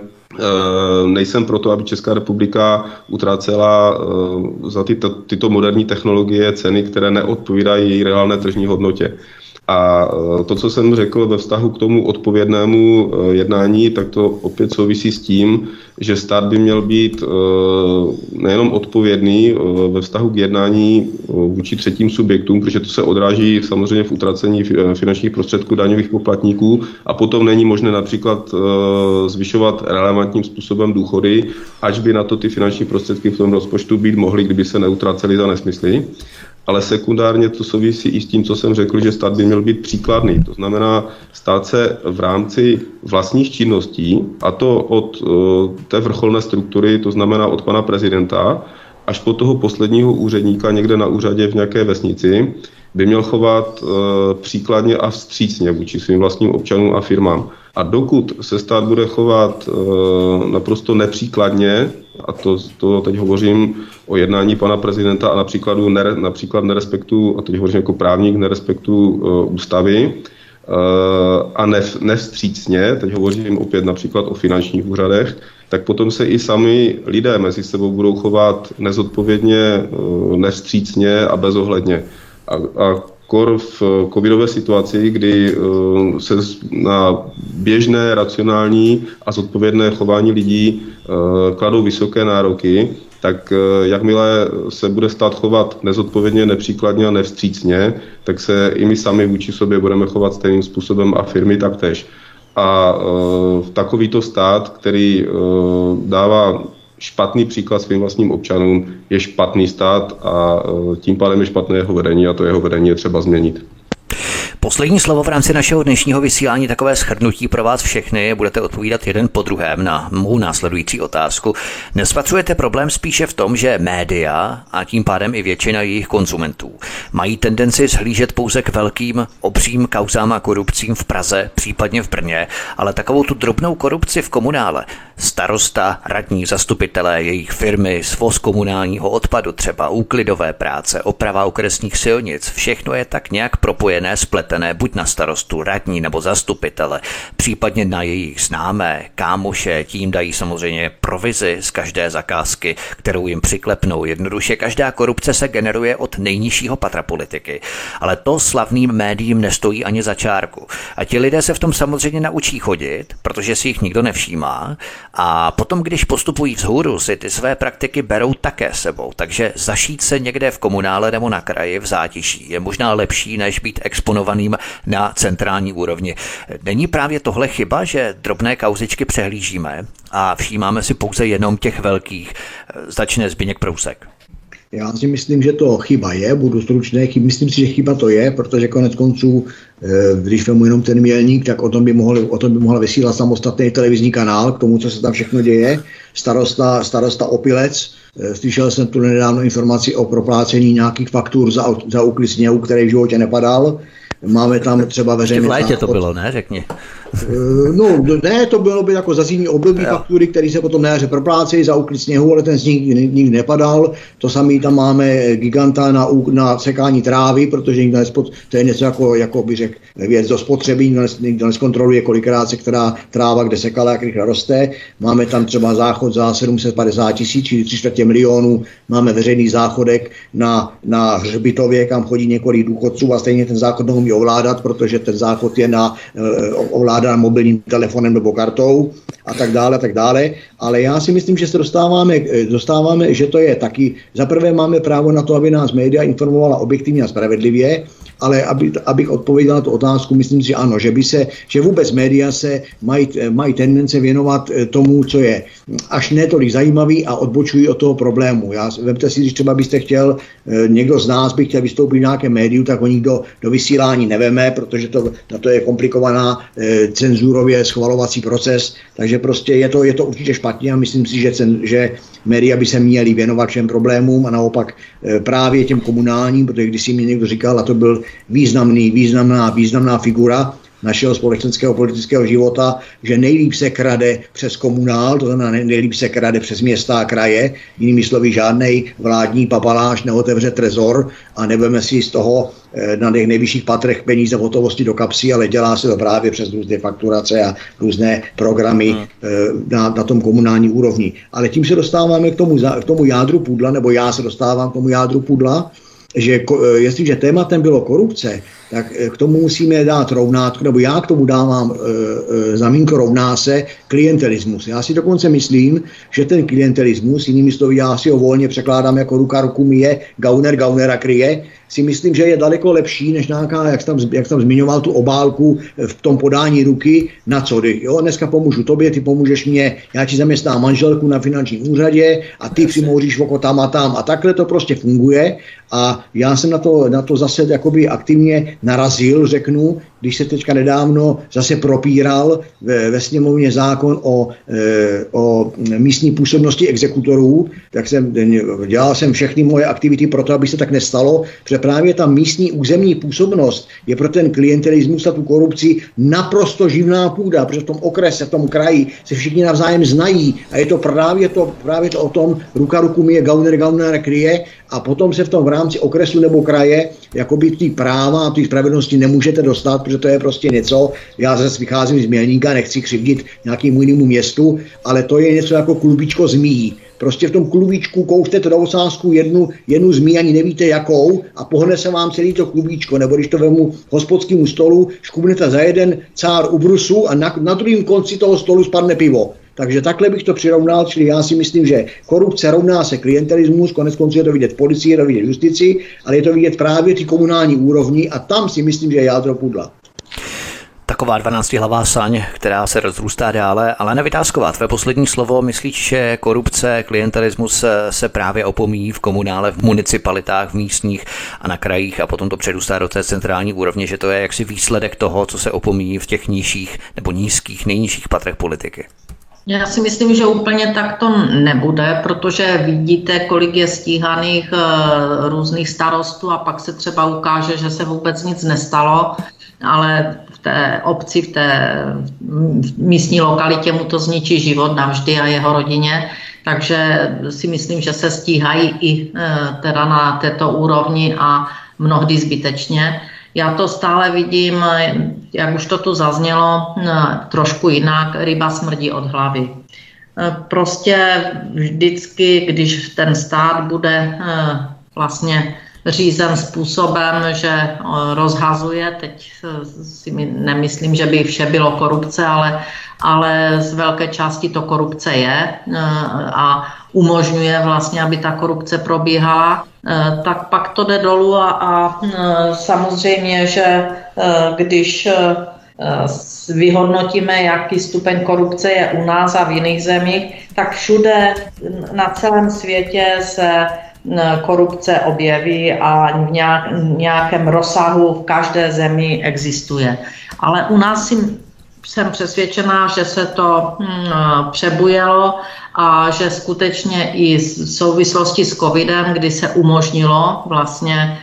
nejsem proto, aby Česká republika utrácela za tyto, tyto moderní technologie ceny, které neodpovídají její reálné tržní hodnotě. A to, co jsem řekl ve vztahu k tomu odpovědnému jednání, tak to opět souvisí s tím, že stát by měl být nejenom odpovědný ve vztahu k jednání vůči třetím subjektům, protože to se odráží samozřejmě v utracení finančních prostředků daňových poplatníků a potom není možné například zvyšovat relevantním způsobem důchody, až by na to ty finanční prostředky v tom rozpočtu být mohly, kdyby se neutracely za nesmysly. Ale sekundárně to souvisí i s tím, co jsem řekl, že stát by měl být příkladný. To znamená stát se v rámci vlastních činností, a to od uh, té vrcholné struktury, to znamená od pana prezidenta, až po toho posledního úředníka někde na úřadě v nějaké vesnici, by měl chovat uh, příkladně a vstřícně vůči svým vlastním občanům a firmám. A dokud se stát bude chovat uh, naprosto nepříkladně, a to, to teď hovořím o jednání pana prezidenta a například, nere, například nerespektu, a teď hovořím jako právník, nerespektu uh, ústavy uh, a ne, nevstřícně, teď hovořím opět například o finančních úřadech, tak potom se i sami lidé mezi sebou budou chovat nezodpovědně, uh, nevstřícně a bezohledně. A, a kor v covidové situaci, kdy uh, se na běžné, racionální a zodpovědné chování lidí uh, kladou vysoké nároky, tak uh, jakmile se bude stát chovat nezodpovědně, nepříkladně a nevstřícně, tak se i my sami vůči sobě budeme chovat stejným způsobem a firmy taktéž. A uh, takovýto stát, který uh, dává špatný příklad svým vlastním občanům, je špatný stát a tím pádem je špatné jeho vedení a to jeho vedení je třeba změnit. Poslední slovo v rámci našeho dnešního vysílání, takové shrnutí pro vás všechny, budete odpovídat jeden po druhém na mou následující otázku. Nespatřujete problém spíše v tom, že média a tím pádem i většina jejich konzumentů mají tendenci zhlížet pouze k velkým, obřím kauzám a korupcím v Praze, případně v Brně, ale takovou tu drobnou korupci v komunále, starosta, radní, zastupitelé, jejich firmy, svoz komunálního odpadu, třeba úklidové práce, oprava okresních silnic, všechno je tak nějak propojené, spletené buď na starostu, radní nebo zastupitele, případně na jejich známé, kámoše, tím dají samozřejmě provizi z každé zakázky, kterou jim přiklepnou. Jednoduše každá korupce se generuje od nejnižšího patra politiky, ale to slavným médiím nestojí ani za čárku. A ti lidé se v tom samozřejmě naučí chodit, protože si jich nikdo nevšímá a potom, když postupují vzhůru, si ty své praktiky berou také sebou. Takže zašít se někde v komunále nebo na kraji v zátiší je možná lepší, než být exponovaný na centrální úrovni. Není právě tohle chyba, že drobné kauzičky přehlížíme a všímáme si pouze jenom těch velkých? Začne Zbyněk Prousek. Já si myslím, že to chyba je, budu stručný, myslím si, že chyba to je, protože konec konců, když vemu jenom ten Mělník, tak o tom by mohl, o tom by mohl vysílat samostatný televizní kanál k tomu, co se tam všechno děje. Starosta, starosta Opilec, slyšel jsem tu nedávno informaci o proplácení nějakých faktur za, za úklid sněhu, který v životě nepadal. Máme tam třeba veřejné... V létě to bylo, ne? Řekni. No, ne, to bylo by jako za zimní období faktury, které se potom na jaře proplácejí za úklid sněhu, ale ten sníh nikdy nikdy nepadal. To samý tam máme giganta na, na sekání trávy, protože nikdo nespod, to je něco jako, jako by řekl, věc do spotřeby, nikdo, nes, nikdo neskontroluje, kolikrát se která tráva kde sekala, jak rychle roste. Máme tam třeba záchod za sedm set padesát tisíc, čili tři čtvrtě milionů. Máme veřejný záchodek na, na Hřbitově, kam chodí několik důchodců a stejně ten záchod neumí ovládat, protože ten záchod je na ovládání mobilním telefonem nebo kartou a tak dále, a tak dále. Ale já si myslím, že se dostáváme, dostáváme, že to je taky. Za prvé máme právo na to, aby nás média informovala objektivně a spravedlivě, ale aby, abych odpověděl na tu otázku, myslím si, že ano, že by se, že vůbec média se mají, mají tendence věnovat tomu, co je až ne tolik zajímavý a odbočují od toho problému. Já, vemte si, když třeba byste chtěl, někdo z nás by chtěl vystoupit v nějakém médiu, tak ho nikdo do vysílání neveme, protože to, na to je komplikovaná cenzurově schvalovací proces, takže prostě je to, je to určitě špatně a myslím si, že, cen, že média by se měly věnovat všem problémům a naopak právě těm komunálním, protože když si mi někdo říkal, a to byl významný, významná, významná figura našeho společenského politického života, že nejlíp se krade přes komunál, to znamená nejlíp se krade přes města a kraje, jinými slovy žádnej vládní papaláš neotevře trezor a nebudeme si z toho na těch nejvyšších patrech peníze v hotovosti do kapsy, ale dělá se to právě přes různé fakturace a různé programy hmm. na, na tom komunální úrovni. Ale tím se dostáváme k tomu, k tomu jádru pudla, nebo já se dostávám k tomu jádru pudla, že jestliže tématem bylo korupce, tak k tomu musíme dát rovnátko, nebo já k tomu dávám e, e, zamínko rovná se klientelismus. Já si dokonce myslím, že ten klientelismus, jinými slovy, já si ho volně překládám jako ruka ruku myje, gauner gaunera kryje, si myslím, že je daleko lepší, než nějaká, jak tam, jak tam zmiňoval tu obálku v tom podání ruky na co ty. Jo, dneska pomůžu tobě, ty pomůžeš mě, já ti zaměstnám manželku na finančním úřadě a ty přimouříš oko tam a tam a takhle to prostě funguje a já jsem na to, na to zase jakoby aktivně narazil, řeknu, když se teďka nedávno zase propíral ve, ve sněmovně zákon o, e, o místní působnosti exekutorů, tak jsem dělal jsem všechny moje aktivity pro to, aby se tak nestalo, protože právě ta místní územní působnost je pro ten klientelismus a tu korupci naprosto živná půda, protože v tom okrese, v tom kraji se všichni navzájem znají a je to právě to, právě to o tom, ruka ruku myje, gauner gauner kryje a potom se v tom v rámci okresu nebo kraje jakoby ty práva a ty spravedlnosti nemůžete dostat, protože to je prostě něco, já zase vycházím z Mělníka, nechci křivdit nějakému jinému městu, ale to je něco jako klubíčko zmíjí. Prostě v tom klubíčku kouštěte do ocásku jednu, jednu zmí, ani nevíte jakou a pohne se vám celý to klubíčko, nebo když to vemu hospodskému stolu, škubnete za jeden cár u brusu a na, na druhém konci toho stolu spadne pivo. Takže takhle bych to přirovnal, čili já si myslím, že korupce rovná se klientelismus, konec konců je to vidět v policii, je to vidět v justici, ale je to vidět právě ty komunální úrovni a tam si myslím, že je jádro pudla. taková dvanáctihlavá saň, která se rozrůstá dále, ale Nevitásková, tvé poslední slovo, myslíš, že korupce, klientelismus se právě opomíjí v komunále, v municipalitách, v místních a na krajích a potom to předůstá do té centrální úrovně, že to je jaksi výsledek toho, co se opomíjí v těch nižších nebo nízkých, nejnižších patrech politiky? Já si myslím, že úplně tak to nebude, protože vidíte, kolik je stíhaných různých starostů a pak se třeba ukáže, že se vůbec nic nestalo, ale v té obci, v té místní lokalitě mu to zničí život navždy a jeho rodině. Takže si myslím, že se stíhají i teda na této úrovni a mnohdy zbytečně. Já to stále vidím, jak už to tu zaznělo, trošku jinak, ryba smrdí od hlavy. Prostě vždycky, když ten stát bude vlastně řízen způsobem, že rozhazuje, teď si nemyslím, že by vše bylo korupce, ale, ale z velké části to korupce je a umožňuje vlastně, aby ta korupce probíhala, tak pak to jde dolů a, a samozřejmě, že když vyhodnotíme, jaký stupeň korupce je u nás a v jiných zemích, tak všude na celém světě se korupce objeví a v nějakém rozsahu v každé zemi existuje. Ale u nás si, jsem přesvědčená, že se to přebujelo a že skutečně i v souvislosti s covidem, kdy se umožnilo vlastně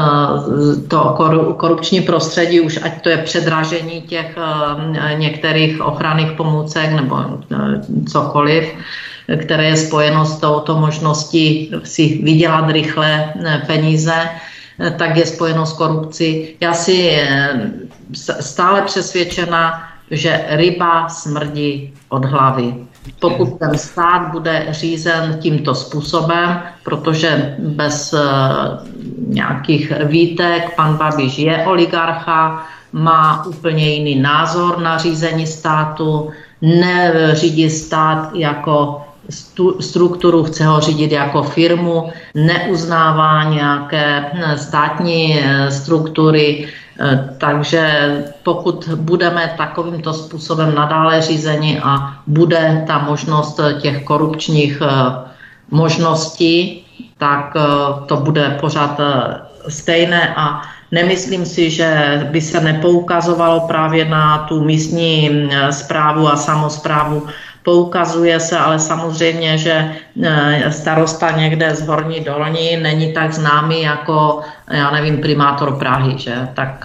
to korupční prostředí, už ať to je předražení těch některých ochranných pomůcek nebo cokoliv, které je spojeno s touto možností si vydělat rychle peníze, tak je spojeno s korupcí. Já si stále přesvědčena, že ryba smrdí od hlavy. Pokud ten stát bude řízen tímto způsobem, protože bez uh, nějakých výtek pan Babiš je oligarcha, má úplně jiný názor na řízení státu, neřídí stát jako strukturu, chce ho řídit jako firmu, neuznává nějaké státní struktury, takže pokud budeme takovýmto způsobem nadále řízeni a bude ta možnost těch korupčních možností, tak to bude pořád stejné a nemyslím si, že by se nepoukazovalo právě na tu místní správu a samosprávu. Poukazuje se, ale samozřejmě, že starosta někde z Horní Dolní není tak známý jako, já nevím, primátor Prahy, že? Tak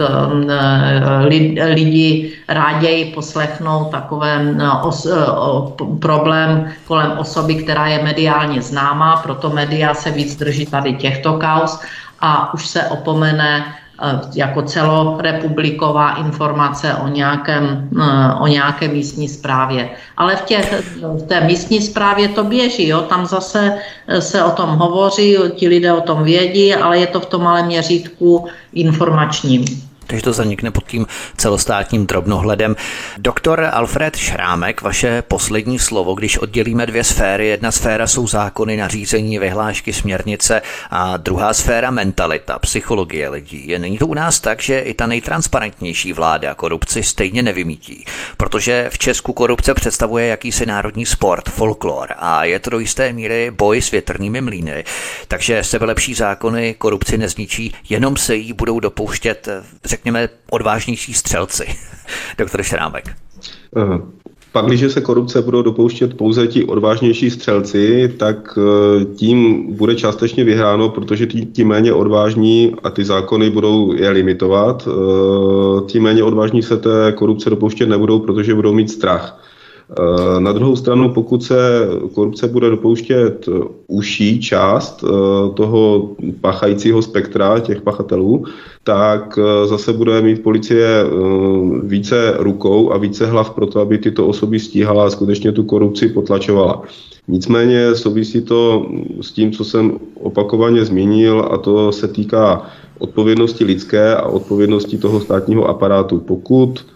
lidi ráději poslechnou takové os, o, problém kolem osoby, která je mediálně známá, proto média se víc drží tady těchto kauz a už se opomene jako celorepubliková informace o nějakém, o nějaké místní správě. Ale v, těch, v té místní správě to běží, jo? Tam zase se o tom hovoří, ti lidé o tom vědí, ale je to v tom malém měřítku informačním. Takže to zanikne pod tím celostátním drobnohledem. Doktor Alfred Šrámek, vaše poslední slovo, když oddělíme dvě sféry. Jedna sféra jsou zákony, nařízení, vyhlášky, směrnice a druhá sféra mentalita, psychologie lidí. Je, není to u nás tak, že i ta nejtransparentnější vláda korupci stejně nevymítí, protože v Česku korupce představuje jakýsi národní sport, folklor a je to do jisté míry boj s větrnými mlýny. Takže sebelepší zákony korupci nezničí, jenom se jí budou dopouštět, řekněme, odvážnější střelci. Doktor Šrámek. Pak, když se korupce budou dopouštět pouze ti odvážnější střelci, tak tím bude částečně vyhráno, protože ti, ti méně odvážní a ty zákony budou je limitovat. Ti méně odvážní se té korupce dopouštět nebudou, protože budou mít strach. Na druhou stranu, pokud se korupce bude dopouštět užší část toho páchajícího spektra těch pachatelů, tak zase bude mít policie více rukou a více hlav pro to, aby tyto osoby stíhala a skutečně tu korupci potlačovala. Nicméně souvisí to s tím, co jsem opakovaně zmínil, a to se týká odpovědnosti lidské a odpovědnosti toho státního aparátu. Pokud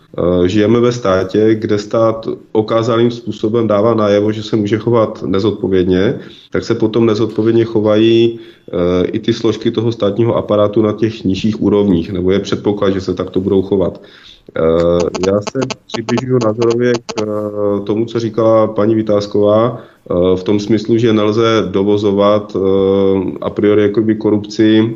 žijeme ve státě, kde stát okázalým způsobem dává najevo, že se může chovat nezodpovědně, tak se potom nezodpovědně chovají i ty složky toho státního aparátu na těch nižších úrovních, nebo je předpoklad, že se takto budou chovat. Já se přibližuji názorově k tomu, co říkala paní Vitásková, v tom smyslu, že nelze dovozovat a priori jakoby korupci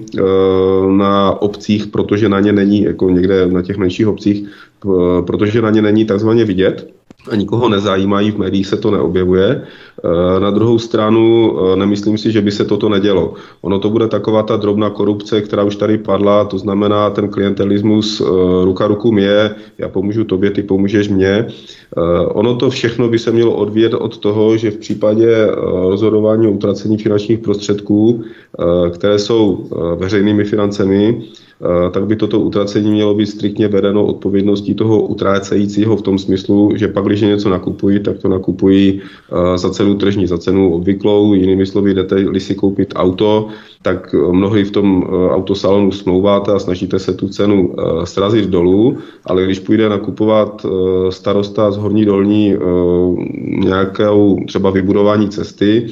na obcích, protože na ně není, jako někde na těch menších obcích, protože na ně není takzvaně vidět a nikoho nezajímají, v médiích se to neobjevuje. Na druhou stranu nemyslím si, že by se toto nedělo. Ono to bude taková ta drobná korupce, která už tady padla, to znamená ten klientelismus ruka ruku mě, já pomůžu tobě, ty pomůžeš mně. Ono to všechno by se mělo odvíjet od toho, že v případě rozhodování o utracení finančních prostředků, které jsou veřejnými financemi, tak by toto utracení mělo být striktně vedeno odpovědností toho utrácejícího v tom smyslu, že pak, když něco nakupují, tak to nakupují za cenu tržní, za cenu obvyklou. Jinými slovy, jdete-li si koupit auto, tak mnohdy v tom autosalonu smlouváte a snažíte se tu cenu srazit dolů, ale když půjde nakupovat starosta z Horní Dolní nějakou třeba vybudování cesty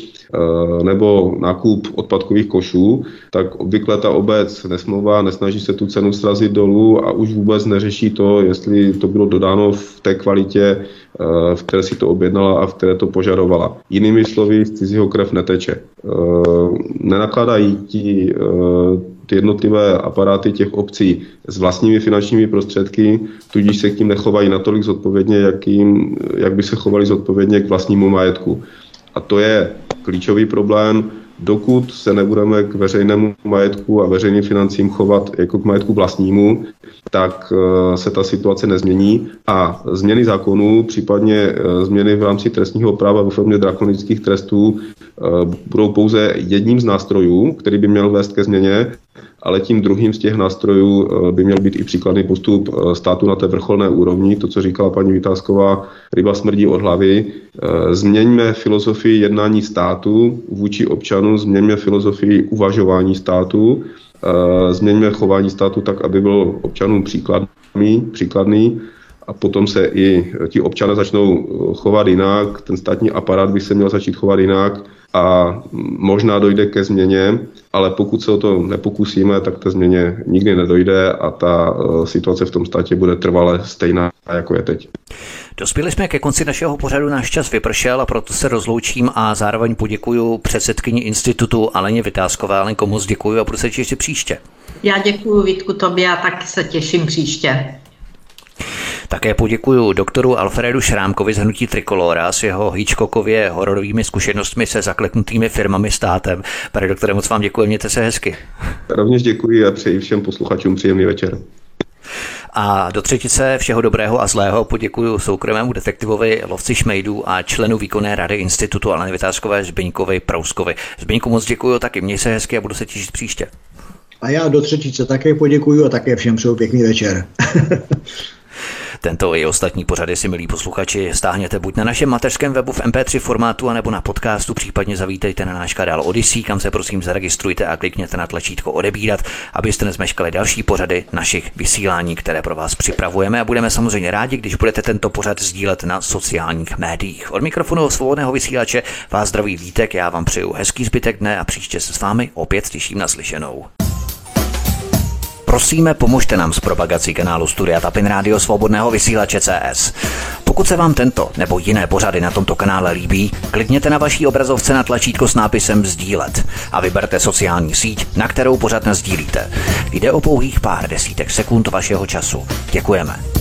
nebo nákup odpadkových košů, tak obvykle ta obec nesmlouvá, nesnaží se tu cenu srazit dolů a už vůbec neřeší to, jestli to bylo dodáno v té kvalitě, v které si to objednala a v které to požadovala. Jinými slovy, z cizího krev neteče. Nenakladají ti ty jednotlivé aparáty těch obcí s vlastními finančními prostředky, tudíž se k tím nechovají natolik zodpovědně, jak, jim, jak by se chovali zodpovědně k vlastnímu majetku. A to je klíčový problém. Dokud se nebudeme k veřejnému majetku a veřejným financím chovat jako k majetku vlastnímu, tak se ta situace nezmění a změny zákonů, případně změny v rámci trestního práva ve formě drakonických trestů budou pouze jedním z nástrojů, který by měl vést ke změně, ale tím druhým z těch nástrojů by měl být i příkladný postup státu na té vrcholné úrovni, to, co říkala paní Vitásková, ryba smrdí od hlavy. Změňme filozofii jednání státu vůči občanům, změňme filozofii uvažování státu, změňme chování státu tak, aby byl občanům příkladný, příkladný a potom se i ti občané začnou chovat jinak, ten státní aparát by se měl začít chovat jinak a možná dojde ke změně, ale pokud se o to nepokusíme, tak té změně nikdy nedojde a ta situace v tom státě bude trvale stejná, jako je teď. Dospěli jsme ke konci našeho pořadu, náš čas vypršel a proto se rozloučím a zároveň poděkuju předsedkyni institutu Aleně Vitáskové. Alenko, moc děkuju a budu se ještě příště. Já děkuju, Vítku, tobě a taky se těším příště. Také poděkuju doktoru Alfredu Šrámkovi z hnutí Trikolora s jeho Hitchcockově hororovými zkušenostmi se zakleknutými firmami státem. Pane doktore, moc vám děkuji, mějte se hezky. Rovněž děkuji a přeji všem posluchačům příjemný večer. A do třetice všeho dobrého a zlého poděkuju soukromému detektivovi lovci šmejdů a členu výkonné rady institutu Aleny Vitáskové Zbyňkovi Prouskovi. Zbyňku, moc děkuju, taky měj se hezky a budu se těšit příště. A já do třetice také poděkuju a také všem přeju pěkný večer. Tento i ostatní pořady si, milí posluchači, stáhněte buď na našem mateřském webu v em pé tři formátu, anebo na podcastu, případně zavítejte na náš kanál Odyssey, kam se prosím zaregistrujte a klikněte na tlačítko odebírat, abyste nezmeškali další pořady našich vysílání, které pro vás připravujeme a budeme samozřejmě rádi, když budete tento pořad sdílet na sociálních médiích. Od mikrofonu Svobodného vysílače vás zdraví Vítek, já vám přeju hezký zbytek dne a příště se s vámi opět těším na slyšenou. Prosíme, pomožte nám s propagací kanálu Studia Tapin Rádio Svobodného vysílače C S. Pokud se vám tento nebo jiné pořady na tomto kanále líbí, klikněte na vaší obrazovce na tlačítko s nápisem sdílet a vyberte sociální síť, na kterou pořad nasdílíte. Jde o pouhých pár desítek sekund vašeho času. Děkujeme.